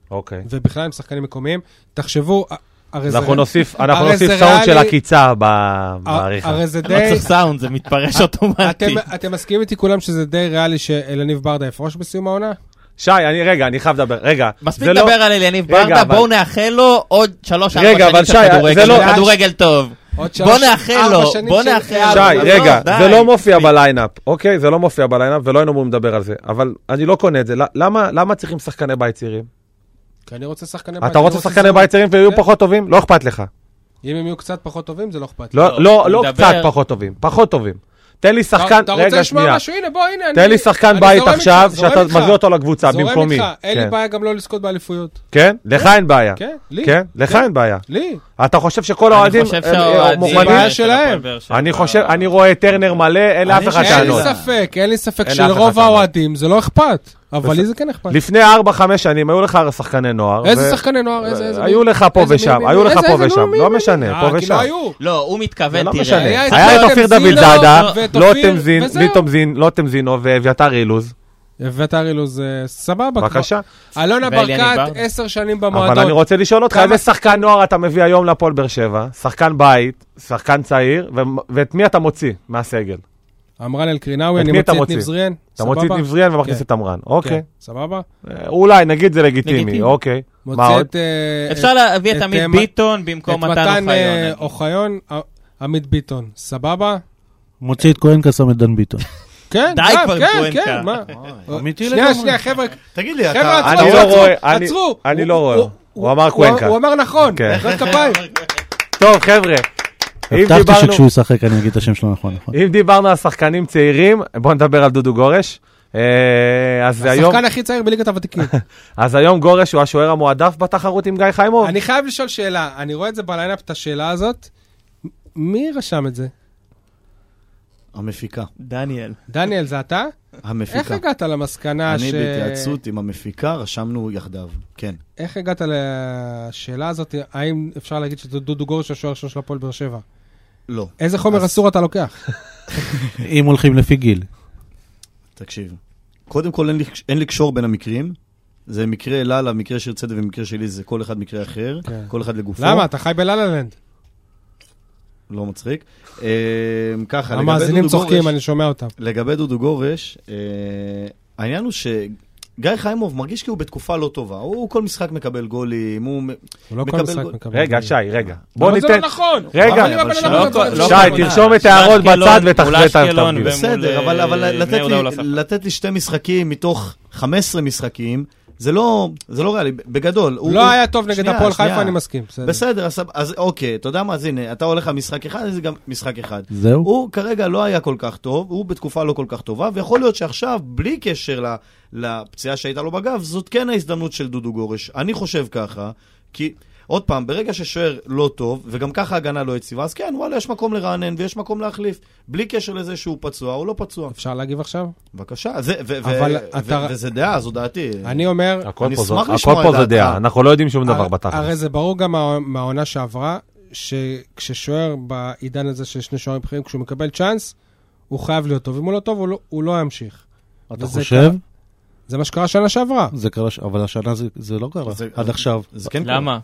אוקיי. ובכלל הם שחקנים מקומיים. תחשבו, הרי זה... אנחנו נוסיף, אנחנו הרי נוסיף זה סאונד של ריאלי- עקיצה ב- בעריכה. הרי זה לא די... צריך סאונד, זה מתפרש אוטומטי. אתם- אתם מסכימים איתי כולם שזה די ריאלי שאלניב ברדה יפרוש בסיום העונה? שי, אני, רגע, אני חייב לדבר, רגע. מספיק זה לא- לדבר על אליניב רגע, ברדה, אבל- בואו נאחל לו עוד שלוש ארבע רגע, אבל שנים של שי, כדורגל, זה לא- של כדורגל טוב. עוד בוא שלוש- נאחל ארבע לו, שנים בוא של- נאחל אה, לו. שי, עזוב, רגע, די. זה לא מופיע בליינאפ, אוקיי? זה לא מופיע בליינאפ, ולא היינו אמורים לדבר על זה. אבל אני לא קונה את זה. למה למה צריכים שחקני בית צעירים? כי אני רוצה שחקני בית. אתה אני רוצה שחקני זרים. בית צעירים ויהיו כן. פחות טובים? לא אכפת לך. אם הם יהיו קצת פחות טובים, זה לא אכפת לי. לא, לא, לא, הוא לא מדבר- קצת פחות טובים, פחות טובים. תן לי שחקן, אתה רוצה רגע, לשמוע שנייה. משהו? הנה, בוא, הנה. תן אני- לי שחקן אני בית זורם עכשיו, איתך, זורם שאתה איתך. מביא אותו לקבוצה זורם במקומי. איתך, אין לי כן. בעיה גם לא לזכות באליפויות. כן? לך אין בעיה. כן, לי. כן? לך כן. אין בעיה. לי. אתה חושב שכל אני האוהדים חושב הם- הם שהאוהדים מוכנים? בעיה של שלהם. הפועל באר שבע- אני חושב, אני רואה טרנר מלא, אין לאף אני אחד חושב- אין לי טענות. ספק, אין לי ספק אין לאף אחד שלרוב טענות. האוהדים זה לא אכפת, אבל לי זה כן אכפת. לפני ארבע חמש שנים היו לך שחקני נוער. איזה ו- שחקני נוער, איזה, איזה... היו מי? לך פה איזה ושם, מי, היו מי, לך איזה, פה איזה, ושם, מי, לא מי, משנה, אה, פה כי ושם. לא היו. לא, הוא זה מתכוון, לא תראה. משנה. היה את היה את רותם אופיר דוד זינו זאדה, ואת לא אופיר, תמזין, וזהו. ליטום זין, לא תמזינו ואביתר אילוז. ואתה אילוז סבבה. בבקשה. כבר- אלונה ואליניב ברקת, ברדה. עשר שנים אבל אני במועדון. רוצה לשאול אותך, כמה- איזה שחקן נוער אתה מביא היום להפועל באר שבע? שחקן בית, שחקן צעיר, ו- ואת מי אתה מוציא מהסגל? אמרן אלקרינאווי, את אני מי אתה מוציא את מוציא? ניב זריאן. אתה מוציא את סבבה? נבזריאן ומכניס כן. את אמרן. אוקיי. כן, סבבה? אה, אולי, נגיד זה לגיטימי, לגיטימי. אוקיי. מה מוציא עוד? את... אה, אפשר להביא את את, עמית אה, ביטון את במקום מתן מתן אה, אוחיון. אוחיון, אה, עמית ביטון. סבבה? מוציא את כהן קסם את דן ביטון. כן, די גם, כבר, כן, קוונקה. כן, מה? אמיתי שנייה, לגמרי. שנייה, חבר'ה, תגיד לי, חבר'ה, אתה... עצרו, אני לא עצרו, רואה, אני- עצרו. אני הוא- לא רואה. הוא- הוא אמר קוונקה. הוא אמר נכון, כן. מחיאות כפיים. טוב, חבר'ה. אם הבטחתי דיברנו- שכשהוא ישחק אני אגיד את השם שלו נכון, נכון. אם דיברנו על שחקנים צעירים, בואו נדבר על דודו גורש. אה, אז היום- השחקן הכי צעיר בליגת הוותיקים. אז היום גורש הוא השוער המועדף בתחרות עם גיא חיימוב. אני חייב לשאול שאלה, אני רואה את זה בליינאפ, את השאלה הזאת. מי רשם את זה? המפיקה. דניאל. דניאל, זה אתה? איך המפיקה. הגעת למסקנה אני ש... בהתייעצות עם המפיקה, רשמנו יחדיו. כן. איך הגעת לשאלה הזאת? האם אפשר להגיד שדודו גורש השוער שלו של הפועל באר שבע? לא. איזה חומר אז- אסור אתה לוקח? אם הולכים לפי גיל. תקשיב. קודם כל, אין לי- אין לקשור בין המקרים. זה מקרה אללה, מקרה שיר צדק ומקרה שלי, זה כל אחד מקרה אחר. כן. כל אחד לגופו. למה? אתה חי בלה-לה-לנד. לא מצחיק. אה, ככה, לגבי המאזינים דודו צוחקים, גורש- אני שומע אותם. לגבי דודו גורש, אה, העניין הוא שגיא חיימוב מרגיש כאילו בתקופה לא טובה. הוא כל משחק מקבל גולים, הוא... הוא לא כל מקבל משחק גול. מקבל. רגע, גול. שי, רגע. בוא אבל זה ניתן... לא נכון. רגע, אבל אם אבל הבן שי, אדם לא אומר כל- דברים לא שי, שלא כל- תרשום את מול ההערות אשקלון- בצד מול ותחווה את אשקלון התרגיל. ומול, בסדר, אבל, אה, אבל בני לתת, יהודה לי, הוא לא ספר. לתת לי שתי משחקים מתוך חמישה עשר משחקים, זה לא, זה לא ריאלי. בגדול, הוא... לא היה טוב נגד שנייה, הפועל שנייה. חיפה, אני מסכים. בסדר. בסדר, אז, אז אוקיי, אתה יודע מה, אז הנה, אתה הולך על משחק אחד, זה גם משחק אחד. זהו? הוא כרגע לא היה כל כך טוב, הוא בתקופה לא כל כך טובה, ויכול להיות שעכשיו, בלי קשר ל, לפציעה שהייתה לו בגב, זאת כן ההזדמנות של דודו גורש. אני חושב ככה, כי עוד פעם, ברגע ששוער לא טוב, וגם ככה הגנה לא יציבה, אז כן, וואלה, יש מקום לרענן ויש מקום להחליף. בלי קשר לזה שהוא פצוע או לא פצוע. אפשר להגיב עכשיו? בבקשה, זה, ו, אבל ו, אתה- ו, וזה דעה, זו דעתי. אני אומר, הכל אני פה זו- אשמח הכל לשמוע פה את זה דעה, דעתך. אנחנו לא יודעים שום דבר הרי- בתכלס. הרי זה ברור גם מה- מהעונה שעברה, שכששוער בעידן הזה של שני שוערים בכירים, כשהוא מקבל צ'אנס, הוא חייב להיות טוב. אם הוא לא טוב, הוא לא- הוא לא ימשיך. אתה וזה חושב? קרה- זה מה שקרה שנה שעברה. זה קרה, ש- אבל השנה זה- זה לא קרה, זה- עד עכשיו. זה כן למה?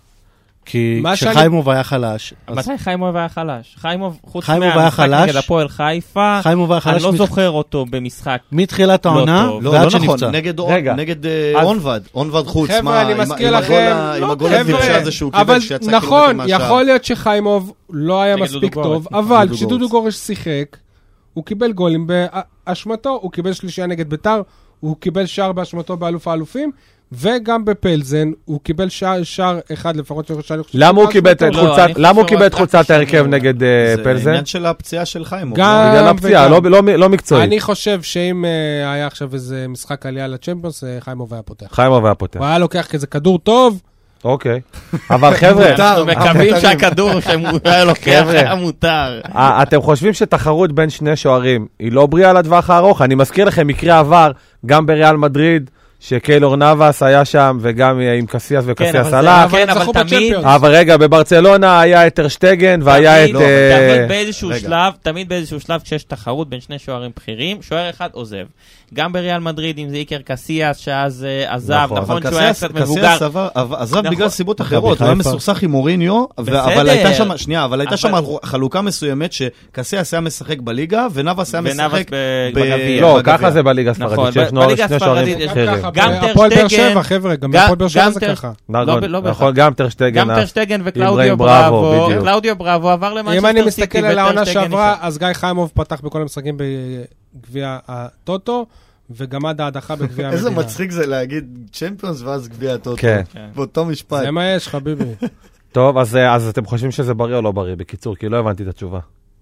כי מה שאני- כשחיימוב היה חלש, אז מתי חיימוב היה חלש? חיימוב, חוץ חיימוב היה מהמשחק חלש. נגד הפועל חיפה, חיימוב היה אני חלש לא מת- זוכר אותו במשחק. מתחילת לא העונה טוב. לא, ועד לא נכון, שנפצע. נגד, רגע. נגד אה, אז- אונבד, אונבד חוץ. חבר'ה, מה, אני עם- מזכיר עם לכם, הגול ה- עם הגול חבר'ה, הווירשה הזה שהוא אבל קיבל, שיצא נכון, קילומטר מהשער. יכול להיות שחיימוב לא היה נגד מספיק דודו טוב, גורש. אבל דודו כשדודו גורש. גורש שיחק, הוא קיבל גולים באשמתו, הוא קיבל שלישייה נגד ביתר, הוא קיבל שער באשמתו באלוף האלופים, וגם בפלזן הוא קיבל שער, שער אחד לפחות שאני חושב. למה הוא קיבל את לא, חולצת- אני חושב למה הוא קיבל את רק חולצת בשביל- ההרכב נגד אה, זה פלזן? עניין של הפציעה של חיימוב. גם- בגלל הפציעה, לא- וגם. לא- לא מקצועית. אני חושב שאם אה, היה עכשיו איזה משחק עלייה לצ'מפיונס, אה, חיימוב היה פותח. חיימוב היה פותח. הוא היה לוקח כזה כדור טוב, אוקיי. אבל חבר'ה, אנחנו מקווים שהכדור שהוא היה לוקח חבר'ה. היה מותר. אה, אתם חושבים שתחרות בין שני שוערים היא לא בריאה לטווח הארוך? אני מזכיר לכם מקרה עבר, גם בריאל מדריד, שקיילור נאבס היה שם, וגם עם קסיאס וקסיאס הלך. כן, אבל תמיד... אבל רגע, בברצלונה היה את טרשטגן, והיה את... תמיד באיזשהו שלב, תמיד באיזשהו שלב, כשיש תחרות בין שני שוערים בכירים, שוער אחד עוזב. גם בריאל מדריד, עם זה איקר קסיאס, שאז עזב, נכון שהוא היה קצת מבוגר. קסיאס עזב בגלל סיבות אחרות, הוא היה מסוכסך עם מוריניו, אבל הייתה שם, שנייה, אבל הייתה שם חלוקה מסוימת שקסיאס היה משחק בליגה, ונאבס היה משחק בגביע. לא, ככה זה בליגה הספרדית, שיש שני שוערים בכירים. גם הפועל באר שבע, חבר'ה, גם הפועל באר שבע זה ככה. נכון, גם טרשטגן. גם טרשטגן וקלאודיו בראבו. קלאודיו בראבו עבר למנצ'סטר סיטי. אם אני מסתכל על העונה שעברה, אז גיא חיימוב פתח בכל המשחקים בגביע הטוטו, וגם עד ההדחה בגביע המדינה. איזה מצחיק זה להגיד צ'מפיונס ואז גביע הטוטו. כן. באותו משפט. זה מה יש, חביבי. טוב, אז אתם חושבים שזה בריא או לא בריא? בקיצור, כי לא הבנתי את התשובה.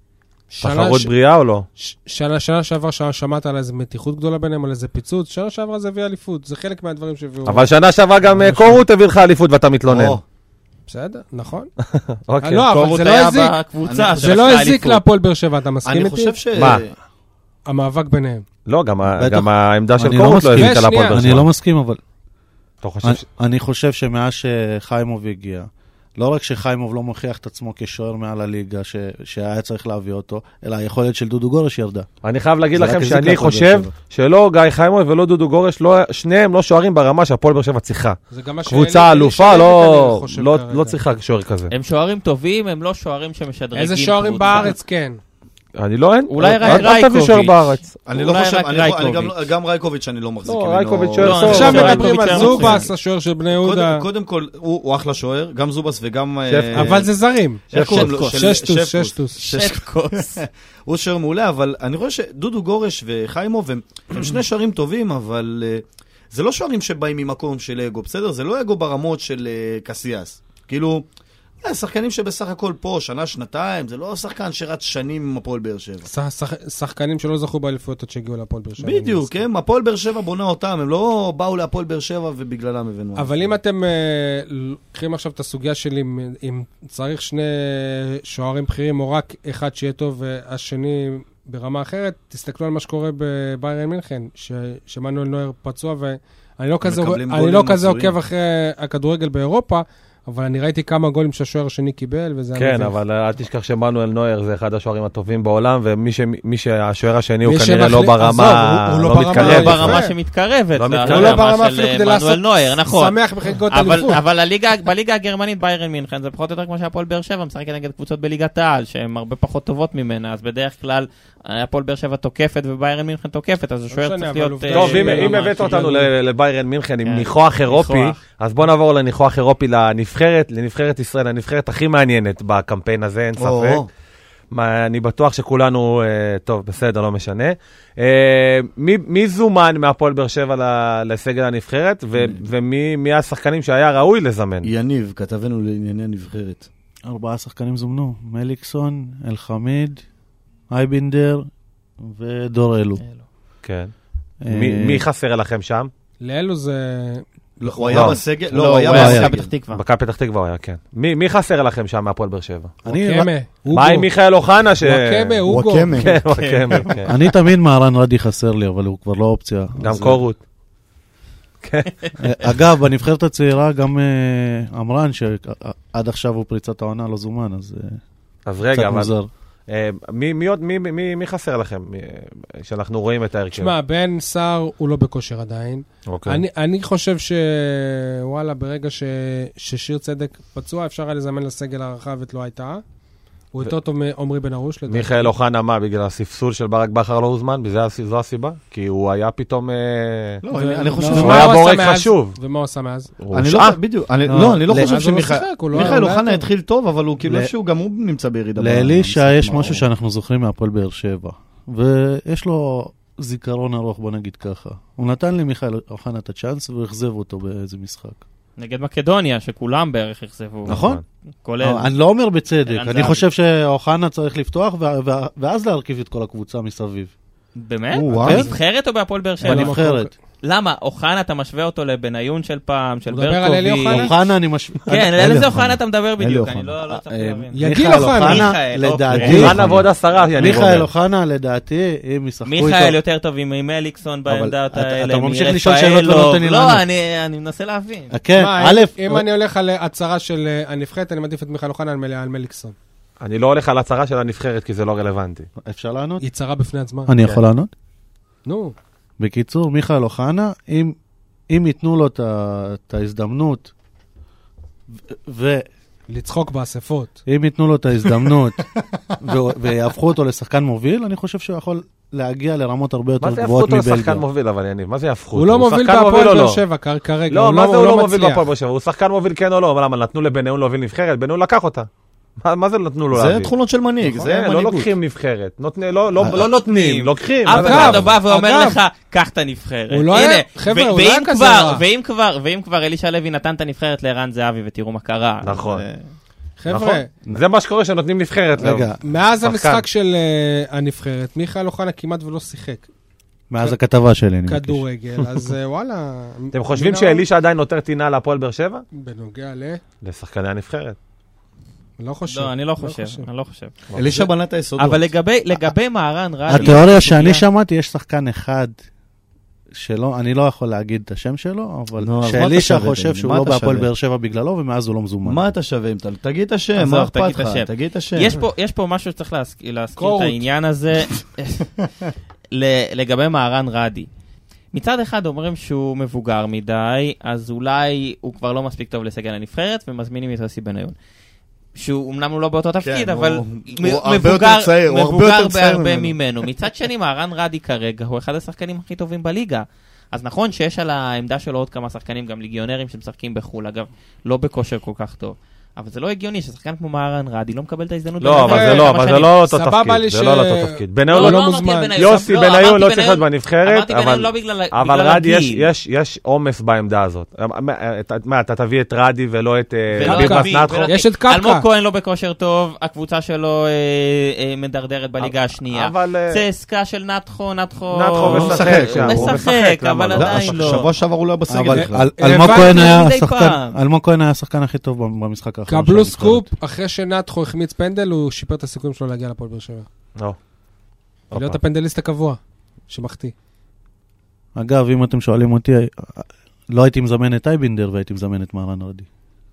תחרות בריאה או לא? שנה שעבר שמעת על איזה מתיחות גדולה ביניהם, על איזה פיצוץ, שנה שעברה זה הביא אליפות, זה חלק מהדברים שהביאו. אבל שנה שעברה גם קורות הביא לך אליפות ואתה מתלונן. בסדר, נכון. לא, אבל זה לא הזיק. זה לא הזיק להפועל באר שבע, אתה מסכים איתי? אני חושב ש... מה? המאבק ביניהם. לא, גם העמדה של קורות לא הזיקה להפועל באר שבע. אני לא מסכים, אבל... אתה חושב... אני חושב שמאז שחיימוב הגיע, לא רק שחיימוב לא מוכיח את עצמו כשוער מעל הליגה, שהיה צריך להביא אותו, אלא היכולת של דודו גורש ירדה. אני חייב להגיד לכם שאני חושב שלא גיא חיימוב ולא דודו גורש, שניהם לא שוערים ברמה שהפועל באר שבע צריכה. קבוצה אלופה לא צריכה שוער כזה. הם שוערים טובים, הם לא שוערים שמשדרגים. איזה שוערים בארץ, כן. אני לא אין. אולי רק רייקוביץ'. אני לא חושב, גם רייקוביץ' אני לא מחזיק. לא, רייקוביץ' שוער טוב. עכשיו מדברים על זובס, השוער של בני יהודה. קודם כל, הוא אחלה שוער, גם זובס וגם... אבל זה זרים. שטקוס. שטקוס. שטקוס. שטקוס. הוא שוער מעולה, אבל אני חושב שדודו גורש וחיימוב הם שני שוערים טובים, אבל זה לא שוערים שבאים ממקום של אגו, בסדר? זה לא אגו ברמות של קסיאס. כאילו... שחקנים שבסך הכל פה, שנה, שנתיים, זה לא שחקן שרץ שנים עם הפועל באר שבע. שחקנים שלא זכו באליפויות עד שהגיעו להפועל באר שבע. בדיוק, כן, הפועל באר שבע בונה אותם, הם לא באו להפועל באר שבע ובגללם הבאנו. אבל אם אתם לוקחים עכשיו את הסוגיה שלי, אם צריך שני שוערים בכירים, או רק אחד שיהיה טוב והשני ברמה אחרת, תסתכלו על מה שקורה בביירן מינכן, שמנואל נויר פצוע, ואני לא כזה עוקב אחרי הכדורגל באירופה, אבל אני ראיתי כמה גולים שהשוער השני קיבל, וזה... כן, אבל אל תשכח שמנואל נויר זה אחד השוערים הטובים בעולם, ומי שהשוער השני הוא כנראה לא ברמה, לא מתקרב. לא ברמה שמתקרבת. הוא לא ברמה אפילו כדי לעשות שמח בחגיגות אליפות. אבל בליגה הגרמנית ביירן מינכן, זה פחות או יותר כמו שהפועל באר שבע, משחקת נגד קבוצות בליגת העל, שהן הרבה פחות טובות ממנה, אז בדרך כלל הפועל באר שבע תוקפת וביירן מינכן תוקפת, אז השוער צריך להיות... טוב, אם הבאת אותנו לביירן מינכן עם ניחוח אירופי, אז בוא נעבור לניחוח אירופי לנבחרת, לנבחרת ישראל, לנבחרת הכי מעניינת בקמפיין הזה, אין ספק. אני בטוח שכולנו, טוב, בסדר, לא משנה. מי זומן מהפועל באר שבע לסגל הנבחרת, ומי השחקנים שהיה ראוי לזמן? יניב, כתבנו לענייני הנבחרת. ארבעה שחקנים זומנו, מליקסון, אלחמיד, אייבינדר ודור אלו. כן. מי חסר לכם שם? לאלו זה... הוא היה בסגל? לא, הוא היה במכבי פתח תקווה. במכבי פתח תקווה הוא היה, כן. מי חסר לכם שם מהפועל באר שבע? וואקמה, אוגו. מה עם מיכאל אוחנה ש... וואקמה, אוגו. כן, וואקמה, כן. אני תמיד מהרן רדי חסר לי, אבל הוא כבר לא אופציה. גם קורות. אגב, בנבחרת הצעירה גם אמרן, שעד עכשיו הוא פריצת העונה לא זומן, אז קצת מוזר. מי עוד, מי חסר לכם שאנחנו רואים את ההרכב? תשמע, בן סער הוא לא בכושר עדיין. אני חושב שוואלה, ברגע ששיר צדק פצוע, אפשר היה לזמן לסגל הרחבת לא הייתה. הוא יותר טוב מעומרי בן ארוש. מיכאל אוחנה מה, בגלל הספסול של ברק בכר לא הוזמן? זו הסיבה? כי הוא היה פתאום... לא, אני חושב שהוא היה בורק חשוב. ומה הוא עשה מאז? אני לא, בדיוק, לא, אני לא חושב שמיכאל אוחנה התחיל טוב, אבל הוא כאילו שהוא גם הוא נמצא בירידה. לאלישה יש משהו שאנחנו זוכרים מהפועל באר שבע, ויש לו זיכרון ארוך, בוא נגיד ככה. הוא נתן למיכאל אוחנה את הצ'אנס, והוא החזב אותו באיזה משחק. נגד מקדוניה, שכולם בערך יחזבו. נכון. כולל... אני לא אומר בצדק, אני חושב שאוחנה צריך לפתוח, ואז להרכיב את כל הקבוצה מסביב. באמת? בנבחרת או בהפועל באר שבע? בנבחרת. למה? אוחנה, אתה משווה אותו לבניון של פעם, של הוא מדבר על אלי ברקוביץ'. אוחנה? אוחנה אני משווה... כן, על איזה אוחנה אתה מדבר בדיוק? אוחנה. אני לא לא צריך אה, להבין. יגיל מיכאל אוחנה. מיכאל, לדעתי... אוקיי. אוחנה ועוד עשרה, יניב מיכאל אומר. אוחנה, לדעתי, אם ישחקו איתו... מיכאל יותר טוב עם אליקסון בעמדות אתה- האלה. אתה ממשיך מרפאלוב. לשאול שאלות ולא נותן לי לענות. לא, אני אני מנסה להבין. כן, מה, א', אם- אם אני הולך על הצהרה של אה, הנבחרת, אני מעדיף את מיכאל אוחנה על מל- על מליקסון. אני לא הולך על הצהרה של הנבחרת, כי זה לא רלוונטי. אפשר לענות? היא צרה בפני עצמה. אני יכול לענות? נו, בקיצור, מיכאל אוחנה, אם, אם ייתנו לו את ה- את ההזדמנות, ו- לצחוק באספות. ואם ייתנו לו את ההזדמנות, ו- ויהפכו אותו לשחקן מוביל, אני חושב שהוא יכול להגיע לרמות הרבה יותר מה זה יהפכו גבוהות אותו לשחקן מבלגיה. מוביל, אבל יניב? מה זה יהפכו הוא אותו? לא מוביל שחקן בהפועל או באר לא? שבע כ- כרגע. לא, מה זה הוא לא מוביל מצליח. בהפועל באר שבע? הוא שחקן מוביל כן או לא? אבל למה, נתנו לבניון להוביל נבחרת? בניון לקח אותה. מה- מה זה נתנו לו להביא? זה תכונות של מנהיג, זה כן, לא מנהיגות. לוקחים נבחרת. נותני- לא- לא לא נותנים, לוקחים. אף מה זה אחד דבר? לא בא ואומר אגב, לך, קח את הנבחרת. הוא לא הנה, היה- חבר'ה, ו- הוא לא היה ואם כזה כבר- רע. ואם כבר, ואם כבר אלישע לוי נתן את הנבחרת לערן זהבי, ותראו מה קרה. נכון. אז, אה, חבר'ה, זה מה שקורה שנותנים נבחרת. רגע, מאז שחקן. המשחק של אה, הנבחרת, מיכאל אוחנה כמעט ולא שיחק מאז הכתבה שלי, אני מבקש. כדורגל, אז אה, וואלה. אתם חושבים מן ה- שאלישע עדיין נותר טינה להפועל באר שבע? בנוגע ל... לשחקני הנבחרת. לא חושב. לא, אני לא חושב, אני לא חושב. אלישע בנה את היסודות. אבל לגבי- לגבי מהרן רדי... התיאוריה שאני שמעתי, יש שחקן אחד שלא, אני לא יכול להגיד את השם שלו, אבל נו, אז מה שאלישע אתה שווה, חושב דני? שהוא מה לא אתה בהפועל שווה? באר שבע בגללו, ומאז הוא לא מזומן. מה אתה שווה אם אתה... תגיד את השם, עזוב, מה תגיד אכפת את לך? השם. תגיד את השם. יש פה, יש פה משהו שצריך להזכיר, להזכיר את קורות. העניין הזה ל- לגבי מהרן רדי. מצד אחד אומרים שהוא מבוגר מדי, אז אולי הוא כבר לא מספיק טוב לסגל הנבחרת, ומזמינים את יוסי בניון. שהוא אמנם הוא לא באותו תפקיד, כן, אבל הוא- מ- הוא הרבה מבוגר, יותר צעיר, הוא הרבה מבוגר יותר צעיר בהרבה ממנו. ממנו. מצד שני, מהרן רדי כרגע הוא אחד השחקנים הכי טובים בליגה. אז נכון שיש על העמדה שלו עוד כמה שחקנים, גם ליגיונרים שמשחקים בחו"ל, אגב, לא בכושר כל כך טוב. אבל זה לא הגיוני ששחקן כמו מהרן רדי לא מקבל את ההזדמנות. לא, אבל בנבחרת זה לא, כמה אבל זה שנים. לא אותו סבבה לי תפקיד. זה ש- לא אותו תפקיד. לא, בניון לא לא לא... אמרתי מוזמן. על בניון. יוסי לא, בניון אמרתי לא צריך להיות בניון- בנבחרת, אמרתי בניון אבל... לא בגלל אבל בגלל רדי, יש- הגיל. יש יש עומס בעמדה הזאת. מה, אתה- מה, אתה תביא את רדי ולא את אה, ולא ביבס קבי, נטחו? ולא- יש את קפקא. אלמוג כהן לא בכושר טוב, הקבוצה שלו אה, אה, מדרדרת בליגה השנייה. אבל... אה, צסקה של נטחו, נטחו... נטחו הוא משחק שם, הוא משחק, משחק, למה אבל לא? לא, עדיין לא. שבוע שעבר הוא לא היה בסגל אבל בכלל. אל- הבנתי אלמוג כהן היה מדי השחקן- פעם. אלמוג כהן היה השחקן הכי טוב במשחק האחרון. קבלו של סקופ, הנבחרת. אחרי שנטחו החמיץ פנדל, הוא שיפר את הסיכויים שלו להגיע לפועל באר שבע. לא. להיות הפנדליסט הקבוע, שמחטיא. אגב, אם אתם שואלים אותי, לא הייתי מזמן את אייבינדר והייתי מזמן את מהרן רדי.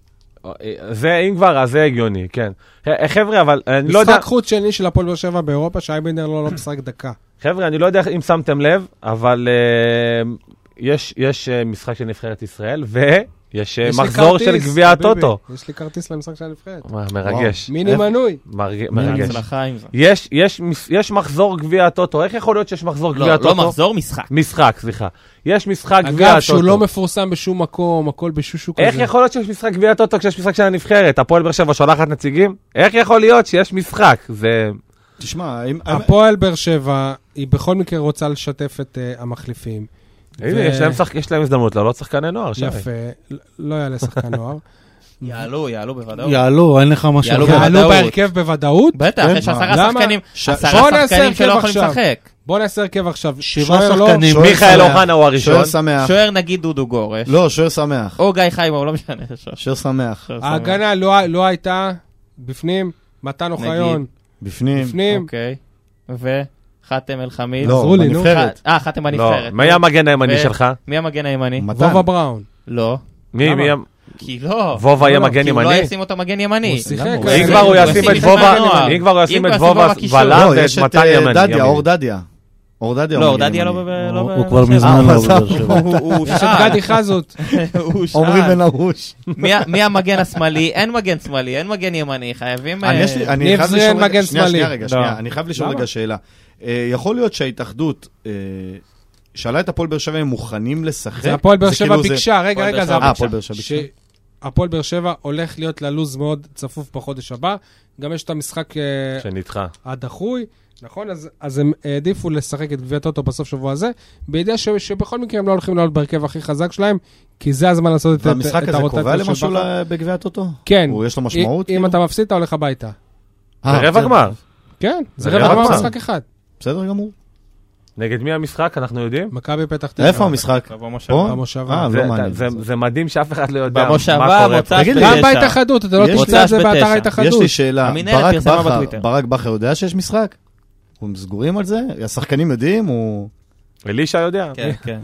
זה, אם כבר, אז זה הגיוני, כן. אה, חבר'ה, אבל אני לא יודע... משחק חוץ שני של הפועל באר שבע באירופה, שאייבינדר לא לא משחק דקה. חבר'ה, אני לא יודע אם שמתם לב, אבל אה, יש יש אה, משחק של נבחרת ישראל, ויש אה, יש לי מחזור של כרטיס, גביע חביבי. הטוטו. יש לי כרטיס למשחק של הנבחרת. מה, מרגש. מיני איך- מנוי. מרג- מרגש. הצלחה עם זה. יש, יש, מס- יש מחזור גביע הטוטו, איך יכול להיות שיש מחזור גביע לא, הטוטו? לא מחזור, משחק. משחק, סליחה. יש משחק גביע אגב, שהוא לא הטוטו. מפורסם בשום מקום, הכל בשושו כזה. איך יכול להיות שיש משחק גביע הטוטו כשיש משחק של הנבחרת? הפועל באר שבע שולחת נציגים? איך יכול להיות שיש משחק? זה... תשמע, אם... הפועל באר שבע, היא בכל מקרה רוצה לשתף את אה, המחליפים. הנה, ו- יש להם שחק- יש להם הזדמנות לעלות שחקני נוער. שי. יפה, לא יעלה שחקן נוער. יעלו, יעלו בוודאות. יעלו, אין לך משהו. יעלו אחר. בוודאות. יעלו בהרכב בוודאות? בטח, כן, יש מה? עשרה למה? שחקנים, ש- עשרה בוא נעשה שחקנים שלא הרכב יכולים עכשיו. לשחק. בוא נעשה הרכב עכשיו. שבעה שוער לא- שחקנים. שוער מיכאל שמח. אוחנה הוא הראשון. שוער שמח. שוער נגיד דודו גורש. לא, שוער שמח. או גיא חיימוב, לא משנה. שוער. שוער שמח. שוער שמח. ההגנה לא לא הייתה בפנים, מתן אוחיון בפנים. בפנים. אוקיי. וחתם אל חמיד. לא, עזרו לי, נו. בנבחרת. אה, חתם לא, בנבחרת. מי המגן הימני ו- שלך? מי המגן הימני? מתן. וובה בראון. לא. מי? למה? מי? כי לא. וובה יהיה לא, מגן כי הוא לא ימני? ישים אותו מגן ימני. הוא שיחק. למה? אם אז- כבר הוא הוא ישים ישים את את וובה, הנוער. אם כבר הוא ישים אם את כבר וובה ישים וובה בלם לא, ואת יש את מתן אה, ימני. דדיה, ימני. אור דדיה. אור דדיה. לא, הוא מגן דדיה לא ימני. ב- לא הוא- ב- הוא כבר לא מזמן אה, לא מזל. בבאר שבע. הוא- הוא יש את שאל. גדי חזות. הוא עומרי שאל. בן ארוש. מי ה- מי המגן השמאלי? אין מגן שמאלי, אין מגן ימני. חייבים... אני אה, יש לי- אני ניב חייב זרין לשאול רגע- מגן שנייה, שמאלי. שנייה, רגע, לא. שנייה. אני חייב לשאול למה? רגע שאלה. אה, יכול להיות שההתאחדות אה, שאלה את הפועל באר שבע אם מוכנים לשחק? זה הפועל באר שבע כאילו זה- ביקשה, רגע, הפועל רגע, באר זה שבע אה, הפועל הפועל באר שבע ביקשה. הפועל באר שבע הולך להיות ללוז מאוד צפוף בחודש הבא. גם יש את המשחק אה, שנדחה. הדחוי, נכון? אז, אז הם העדיפו לשחק את גביע הטוטו בסוף שבוע הזה, בידיעה ש- שבכל מקרה הם לא הולכים לעלות בהרכב הכי חזק שלהם, כי זה הזמן לעשות את, והמשחק את הזה הרוטציה קובע של למשהו בכר. ל- בגביע הטוטו? כן. הוא יש לו משמעות? אם כאילו? אתה מפסיד, אתה הולך הביתה. אה, זה רבע בסדר. גמר. כן, זה זה רבע רבע גמר גמר. משחק אחד. בסדר גמור. נגד מי המשחק, אנחנו יודעים? מכבי פתח תקווה. איפה המשחק? במושבה. במושבה. אה, זה- לא מעניין. זה- זה מדהים שאף אחד לא יודע מה במושבה, קורה מוצ"ש פה. תגיד לי, גם בתשע. בהתאחדות, אתה לא יש תמצא את זה מוצ"ש באתר בתשע. ההתאחדות. יש לי שאלה, המנהלת ברק פרסמה בכר, בטוויטר. ברק בכר יודע שיש משחק? הם סגורים על זה? השחקנים יודעים? הוא... אלישע יודע. כן, כן.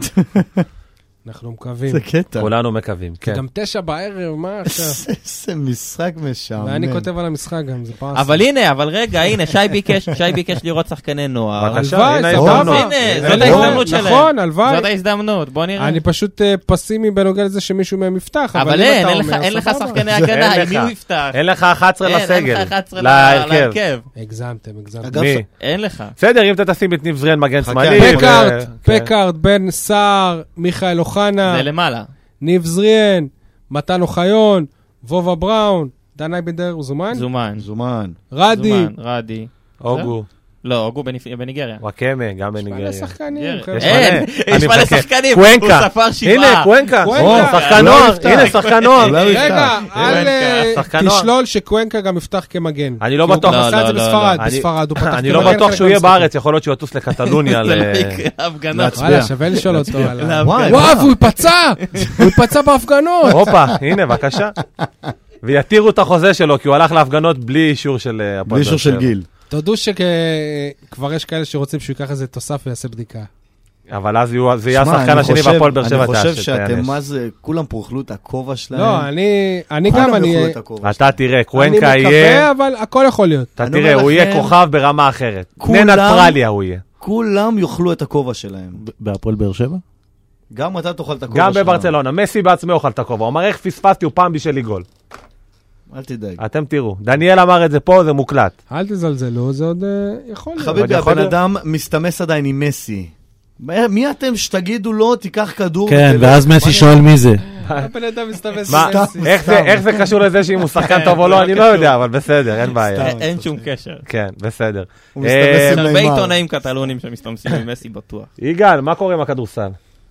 אנחנו מקווים. זה קטע. כולנו מקווים, זה כן. גם תשע בערב, מה עכשיו? איזה משחק משעמם. ואני כותב על המשחק גם, זה פעם. אבל הנה, אבל רגע, הנה, שי ביקש, שי ביקש לראות שחקני נוער. בבקשה, הלוואי, הנה סבבה. ההזדמנות. הנה, הנה זאת ההזדמנות. ההזדמנות שלהם. נכון, הלוואי. זאת ההזדמנות, בוא נראה. אני פשוט אה, פסימי בנוגע לזה שמישהו מהם יפתח, אבל אם אין, אתה אין לך- אומר, אין לך סבבה. שחקני אין הגנה, עם לך. מי הוא יפתח? אין לך אחת עשרה אין, אין לסגל. לך אחת עשרה להרכב. להרכב. הגזמתם, הגזמתם. אגב, מי? אין לך. בסדר, אם אתה תשים את ניב זרן מגן חכה, שמאלי. אני- ו- פקארט, כן. פקארט, בן סער, מיכאל אוחנה, זה למעלה. ניב זריאן, מתן אוחיון, וובה בראון, דן אייבנדר, זומן? זומן. זומן. רדי. זומן, רדי. אוגו, לא, הוגו בניפ- בניגריה. וואקמה, גם מלא בניגריה. שחקנים. גר- חבר'ה. אין, אני יש מלא מחכה. שחקנים. קוונקה. הוא ספר שבעה. הנה, קוונקה. קוונקה. או, שחקן אולי נוער. הוא יפתח. הנה, שחקן נוער. אולי הוא יפתח. רגע, אל אה, שחקן נוער. תשלול שקוונקה גם יפתח כמגן. אני לא כי הוא בטוח. גם עשה את זה לא, לא, בספרד, אני- בספרד, הוא פתח אני לא כמגן בטוח חלק שהוא יהיה מהמשחקים. בארץ, יכול להיות שהוא יטוס לקטלוניה. זה ל- לא יקרה, הפגנות. להצביע. וואלה, שווה לשאול אותו על ה... וואי, וואו, מה? והוא ייפצע! הוא ייפצע בהפגנות! הופה, הנה, בבקשה. ויתירו את החוזה שלו, כי הוא הלך להפגנות בלי אישור של אה, הפועל בלי אישור באר של שבע. גיל. תודו שכבר יש כאלה שרוצים שהוא ייקח איזה תוסף ויעשה בדיקה. אבל אז יהיו- זה יהיה שמע, השחקן אני השני חושב- והפועל באר שבע אני חושב תעש- שאתם, תיענש. מה זה, כולם פה אכלו את הכובע שלהם. לא, אני אני כולם גם, אני יאכלו את הכובע אתה תראה, אני קוונקה יהיה, מקווה, אבל הכל יכול להיות. אתה אני תראה, אומר הוא יהיה לכם, כוכב ברמה אחרת. כולם- בני נטרליה הוא יהיה. כולם יאכלו את הכובע שלהם. בהפועל באר שבע? גם אתה תאכל את הכובע שלך. גם בברצלונה, מסי בעצמו אוכל את הכובע. הוא אמר, איך פספסתי, הוא פעם בישל לי גול. אל תדאג. אתם תראו. דניאל אמר את זה פה, זה מוקלט. אל תזלזלו, זה עוד אה, יכול להיות. חביבי, יכול הבן להיות. אדם מסתמס עדיין עם מסי. מי אתם שתגידו לו, תיקח כדור? כן, ותלך? ואז מה מסי אני- שואל מי זה. הבן אדם מסתמס מה, עם מסי. איך זה- איך זה קשור לזה שאם הוא שחקן טוב או לא, אני לא יודע, אבל בסדר, אין בעיה. אין- אין שום קשר. כן, בסדר. הוא אה, מסתמס יש עם הרבה נאמר. עיתונאים קטלונים שמסתמסים עם מסי בטוח. יגאל, מה קורה עם הכדורסל?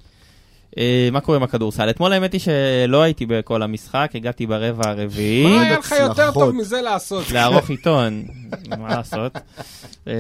אה, מה קורה עם הכדורסל? אתמול האמת היא שלא הייתי בכל המשחק, הגעתי ברבע הרביעי. מה היה לך יותר הצלחות. טוב מזה לעשות? לערוך עיתון, מה לעשות. אה,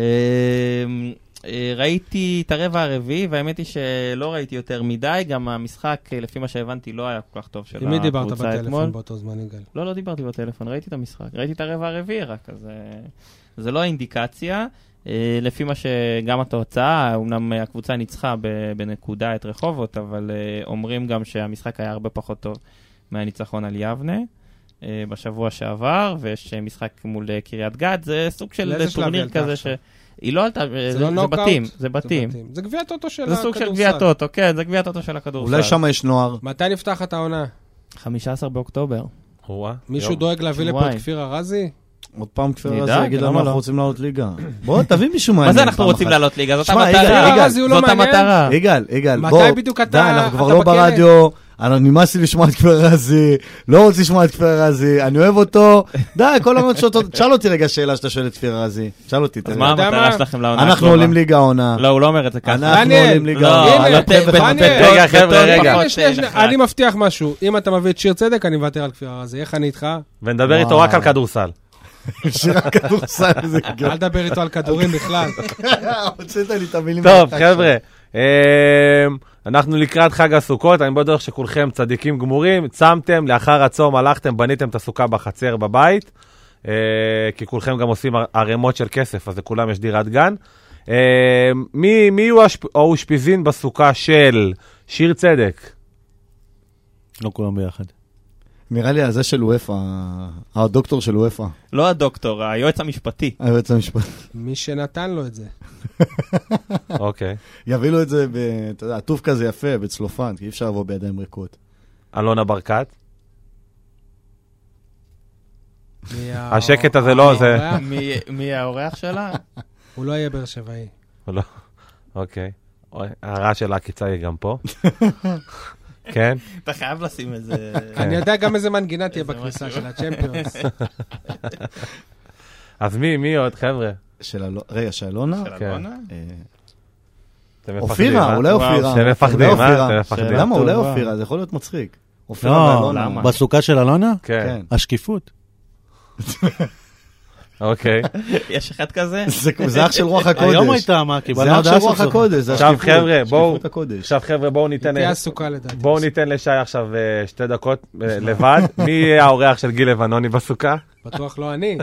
אה, ראיתי את הרבע הרביעי, והאמת היא שלא ראיתי יותר מדי, גם המשחק, אה, לפי מה שהבנתי, לא היה כל כך טוב של עם מי דיברת הקבוצה אתמול. בטלפון באותו זמן, יגאל? לא, לא דיברתי בטלפון, ראיתי את המשחק, ראיתי את הרבע הרביעי רק, אז אה, זה לא האינדיקציה. אה, לפי מה שגם התוצאה, אמנם הקבוצה ניצחה ב- בנקודה את רחובות, אבל אה, אומרים גם שהמשחק היה הרבה פחות טוב מהניצחון על יבנה אה, בשבוע שעבר, ויש אה, משחק מול אה, קריית גת, זה סוג של לאיזה שלב טורניר היא עלתה כזה עכשיו? היא לא עלתה, אה, זה זה, לא זה נוקאוט? בתים, זה בתים. זה גביע טוטו של זה הכדורסל. סוג של גביע טוטו, כן, זה גביע טוטו של הכדורסל. אולי שם יש נוער. מתי נפתחת העונה? חמישה עשר באוקטובר. וואה, מישהו יום. דואג להביא לפה שבועיים. את כפיר ארזי? עוד פעם כפיר נדאג, הזה יגיד למה לנו, לא? אנחנו רוצים לעלות ליגה. בוא, תביא מישהו מעניין. מה זה אנחנו פעם רוצים אחת. לעלות ליגה? זאת שמע, המטרה. יגאל, יגאל, הוא לא זאת מעניין? המטרה. יגאל, יגאל, מתי בוא. בדיוק אתה- די, אנחנו כבר אתה לא בכלא? ברדיו, אני נמאס לי לשמוע את כפיר ארזי, לא רוצה לשמוע את כפיר ארזי, אני אוהב אותו. די, כל הזמן שאותו, תשאל אותי רגע שאלה שאתה שואל את כפיר ארזי. תשאל אותי, אז תראה. מה יודע המטרה מה? שלכם לעונה אנחנו הקרובה? עולים ליגה העונה. לא, הוא לא אומר את זה ככה. אנחנו דניאל, עולים ליגה לא, העונה. הנה, לא, ת- ב- דניאל. ב- רגע, בתור חבר'ה, רגע. פחות, שנייה, אה, שנייה, נחמד. אני מבטיח משהו, אם אתה מביא את שיר צדק, אני מוותר על כפיר ארזי. איך אני איתך? ונדבר איתו וואו. רק על כדורסל. שיר הכדורסל, זה גדול. אל תדבר איתו על כדורים בכלל. הוצאת לי את המילים. טוב, מהתחת חבר'ה, אמ, אנחנו לקראת חג הסוכות, אני בטוח שכולכם צדיקים גמורים, צמתם, לאחר הצום הלכתם, בניתם את הסוכה בחצר בבית, אה, כי כולכם גם עושים ערימות של כסף, אז לכולם יש דירת גן. אה, מי מי הוא האשפ- האושפיזין בסוכה של שיר צדק? לא כולם ביחד. נראה לי הזה של וופא, הדוקטור של וופא, לא הדוקטור, היועץ המשפטי. היועץ המשפטי. מי שנתן לו את זה. אוקיי. יביא לו את זה, ב- אתה יודע, עטוף כזה יפה, בצלופן, כי אי אפשר לבוא בידיים ריקות. אלונה ברקת. מי ה- השקט הזה לא, זה... האורח? מי- מי האורח שלה? הוא לא יהיה באר שבעי. לא, אוקיי. אוי, הרעש של העקיצה היא גם פה. כן? אתה חייב לשים איזה... אני יודע גם איזה מנגינה תהיה איזה בכניסה משהו. של הצ'מפיונס. אז מי, מי עוד, חבר'ה? של אלונה, רגע, של אלונה? של כן. אלונה? אה, אתם מפחדים, אופירה, אה? אולי אופירה. אתם מפחדים, אולי אה? אופירה. אתם מפחדים. למה? אולי טובה. אופירה, זה יכול להיות מצחיק. אופירה לא, ואלונה. למה? בסוכה של אלונה? כן. כן. השקיפות. אוקיי. יש אחד כזה? זה אח של רוח הקודש. היום הייתה, מה? זה אח של רוח הקודש. עכשיו חבר'ה, בואו, הקודש. עכשיו חבר'ה, בואו ניתן, תהיה עסוקה לדעתי. בואו ניתן לשי עכשיו אה, שתי דקות אה, לבד. מי יהיה האורח של גיל לבנוני בסוכה? בטוח לא אני.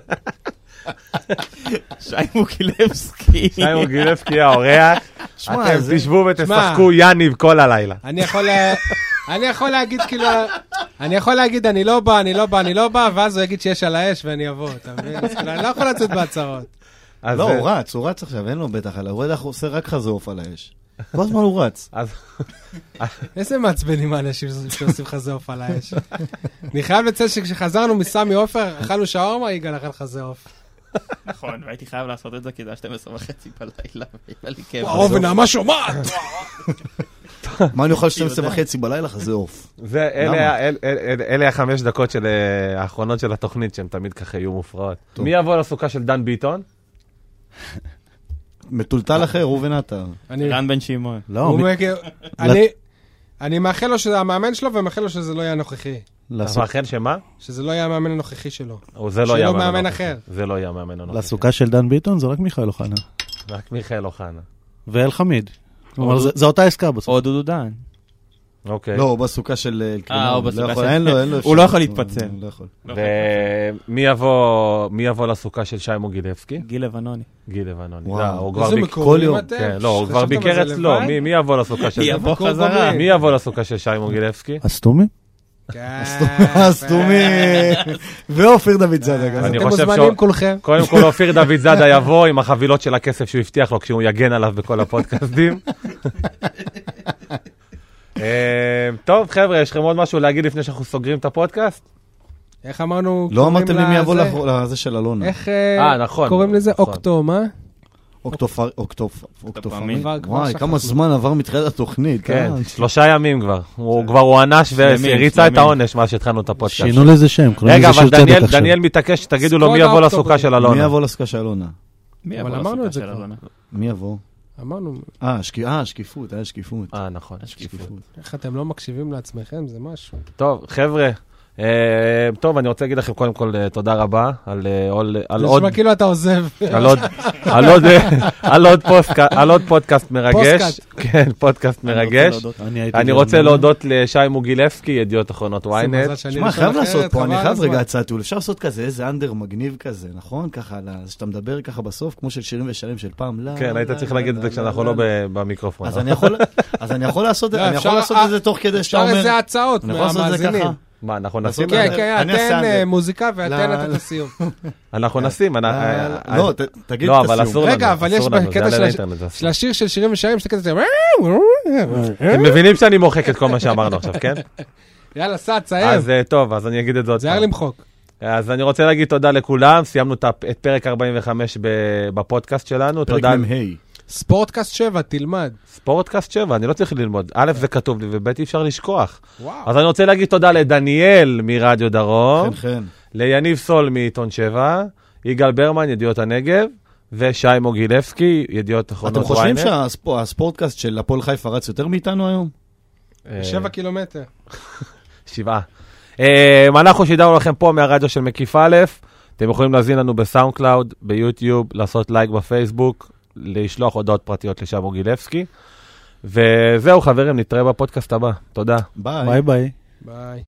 שי מוגילבסקי. שי מוגילבסקי יהיה האורח. שמע, אתם זה- תשבו ותשחקו יניב כל הלילה. אני יכול לה- אני יכול להגיד כאילו, אני יכול להגיד אני לא בא, אני לא בא, אני לא בא, ואז הוא יגיד שיש על האש ואני אבוא, אתה מבין? אז כאילו, אני לא יכול לצאת בהצהרות. אז, לא, אה, הוא רץ, הוא רץ עכשיו, אין לו בטח עליו. הוא בטח עושה רק חזוף על האש. כל הזמן הוא רץ. אז איזה מעצבנים האנשים שעושים חזה עוף על האש. אני חייב לציין שכשחזרנו מסמי עופר, אכלנו שווארמה, יגאל אכל חזה עוף. נכון, והייתי חייב לעשות את זה, כי זה היה שתים עשרה וחצי בלילה, והיה לי כיף. וואו, ונעמה שומעת! מה אני אוכל שתים עשרה וחצי בלילה? חזה עוף. זה, למה? אלה, אל, אל, אל, אלה החמש דקות של אה, האחרונות של התוכנית, שהן תמיד ככה יהיו מופרעות. טוב. מי יבוא לסוכה של דן ביטון? מטולטל אחר, ראובן עטר. אני- רן בן שמעון. לא, הוא מי- מגיע- אני- אני מאחל לו שזה המאמן שלו, ומאחל לו שזה לא יהיה הנוכחי. אז מאחל שמה? שזה לא יהיה המאמן הנוכחי שלו. או זה לא שיהיה יהיה לו המאמן מאמן הנוכחי. אחר. זה לא יהיה המאמן הנוכחי. לסוכה של דן ביטון זה רק מיכאל אוחנה. רק מיכאל אוחנה. ואל חמיד. כלומר, זה- זה אותה עסקה בסוף. או דודו דן. אוקיי. לא, הוא בסוכה של אלקרימון. אה, הוא בסוכה לא יכול, של- אין לו, אין לו הוא אפשרות. לא יכול להתפצל. הוא לא יכול. ומי יבוא, מי יבוא לסוכה של שי מוגילבסקי? גיל לבנוני. גיל לבנוני. וואו. לא, הוא כבר איזה ביק- מקוריים יום. אתם? כן, לא, הוא כבר חשבתם ביקר על זה אצלו. לבד? מי- מי יבוא לסוכה של... יבוא מקור חזרה. גומי. מי יבוא לסוכה של שי מוגילבסקי? הסתומי? כן, הסתומי. ואופיר דוד זאדה. אז אני אתם חושב מוזמנים שהוא- כולכם. קודם כל אופיר דוד זאדה יבוא עם החבילות של הכסף שהוא הבטיח לו כשהוא יגן עליו בכל הפודקאסטים. אה, טוב, חבר'ה, יש לכם עוד משהו להגיד לפני שאנחנו סוגרים את הפודקאסט? איך אמרנו? לא קוראים אמרתם לי מי יבוא לזה? לח- לזה של אלונה. איך אה, נכון. קוראים לזה? נכון. אוקטו, מה? אוקטופר, אוקטופ, אוקטופמין. כבר- כבר וואי, שכחתי. כמה זמן עבר מתחילת התוכנית. כן, אה? שלושה ימים כבר. הוא כבר הוענש שלמים, והריצה את שלמים. העונש מאז שהתחלנו את הפודקאסט. שינו לזה שם, קוראים רגע, לזה אבל שיר צדק דניאל- עכשיו. דניאל מתעקש שתגידו לו סקוט מי יבוא האוקטובר. לסוכה של מי אלונה. יבוא לסוכה של אלונה? מי אבל יבוא אמרנו לסוכה את זה של כבר. אלונה? מי יבוא? אמרנו, אה, שק- אה, שקיפות, היה שקיפות. אה, נכון. שקיפות. איך אתם לא מקשיבים לעצמכם? זה משהו. טוב, חבר'ה, אה, טוב, אני רוצה להגיד לכם קודם כל אה, תודה רבה על אה, עוד- על זה עוד... נשמע כאילו אתה עוזב. על עוד- על עוד, אה, על עוד פוסטקאסט- על עוד פודקאסט מרגש. פוסטקאסט. כן, פודקאסט אני רוצה מרגש. להודות. אני הייתי אני גם- רוצה להודות לשי מוגילבסקי, ידיעות אחרונות זה מזל ynet. שאני שמע, לשון חייב אחרת, לעשות פה, אני חבל חייב הזמן. רגע הצעת תיעול. אפשר לעשות כזה, איזה אנדר מגניב כזה, נכון? ככה, על ה- שאתה מדבר ככה בסוף, כמו של שירים ושלם של פעם. לא, כן, היית לא, צריך לא, להגיד את לא, זה לא, כשאנחנו לא, לא לא. ב- במיקרופון. אז אני יכול- אז אני יכול לעשות לא, אני יכול אפשר- לעשות את זה תוך כדי שאתה אפשר אומר... איזה הצעות אני יכול לעשות את זה מהמאזינים. ככה. מה, אנחנו לעשות נשים? את כן, זה. כן, אני אעשה אתן אנדר. אה, מוזיקה ואתן לא, את לא. הסיום. אנחנו נשים. אני- אה, אה, לא, ת- תגיד לא, את אבל הסיום. אסור לנו. רגע, אבל יש אסור לנו, בקטע זה של יעלה הש- לאינטרנט, זה של אסור. השיר של שירים ושרים, שאתה כזה... אתם מבינים שאני מוחק את כל מה שאמרנו עכשיו, כן? יאללה, סע, צייר. אז אה, טוב, אז אני אגיד את זה עוד זה היה פעם. למחוק. אז אני רוצה להגיד תודה לכולם, סיימנו את הפ- את פרק ארבעים וחמש ב- בפודקאסט שלנו. פרק תודה. מ"ה. ספורטקאסט שבע, תלמד. ספורטקאסט שבע, אני לא צריך ללמוד. א', זה כתוב לי, וב', אי אפשר לשכוח. וואו. אז אני רוצה להגיד תודה לדניאל מרדיו דרום, כן, כן. ליניב סול מעיתון שבע, יגאל ברמן, ידיעות הנגב, ושי מוגילבסקי, ידיעות אחרונות אתם חושבים ynet. שהספורטקאסט של הפועל חיפה רץ יותר מאיתנו היום? אה, שבע קילומטר. שבעה. אה, אנחנו שידרנו לכם פה מהרדיו של מקיף א', אתם יכולים להזין לנו בסאונד קלאוד, ביוטיוב, לעשות לייק בפייסבוק, לשלוח הודעות פרטיות לשי מוגילבסקי. וזהו חברים, נתראה בפודקאסט הבא. תודה. ביי. ביי ביי. ביי.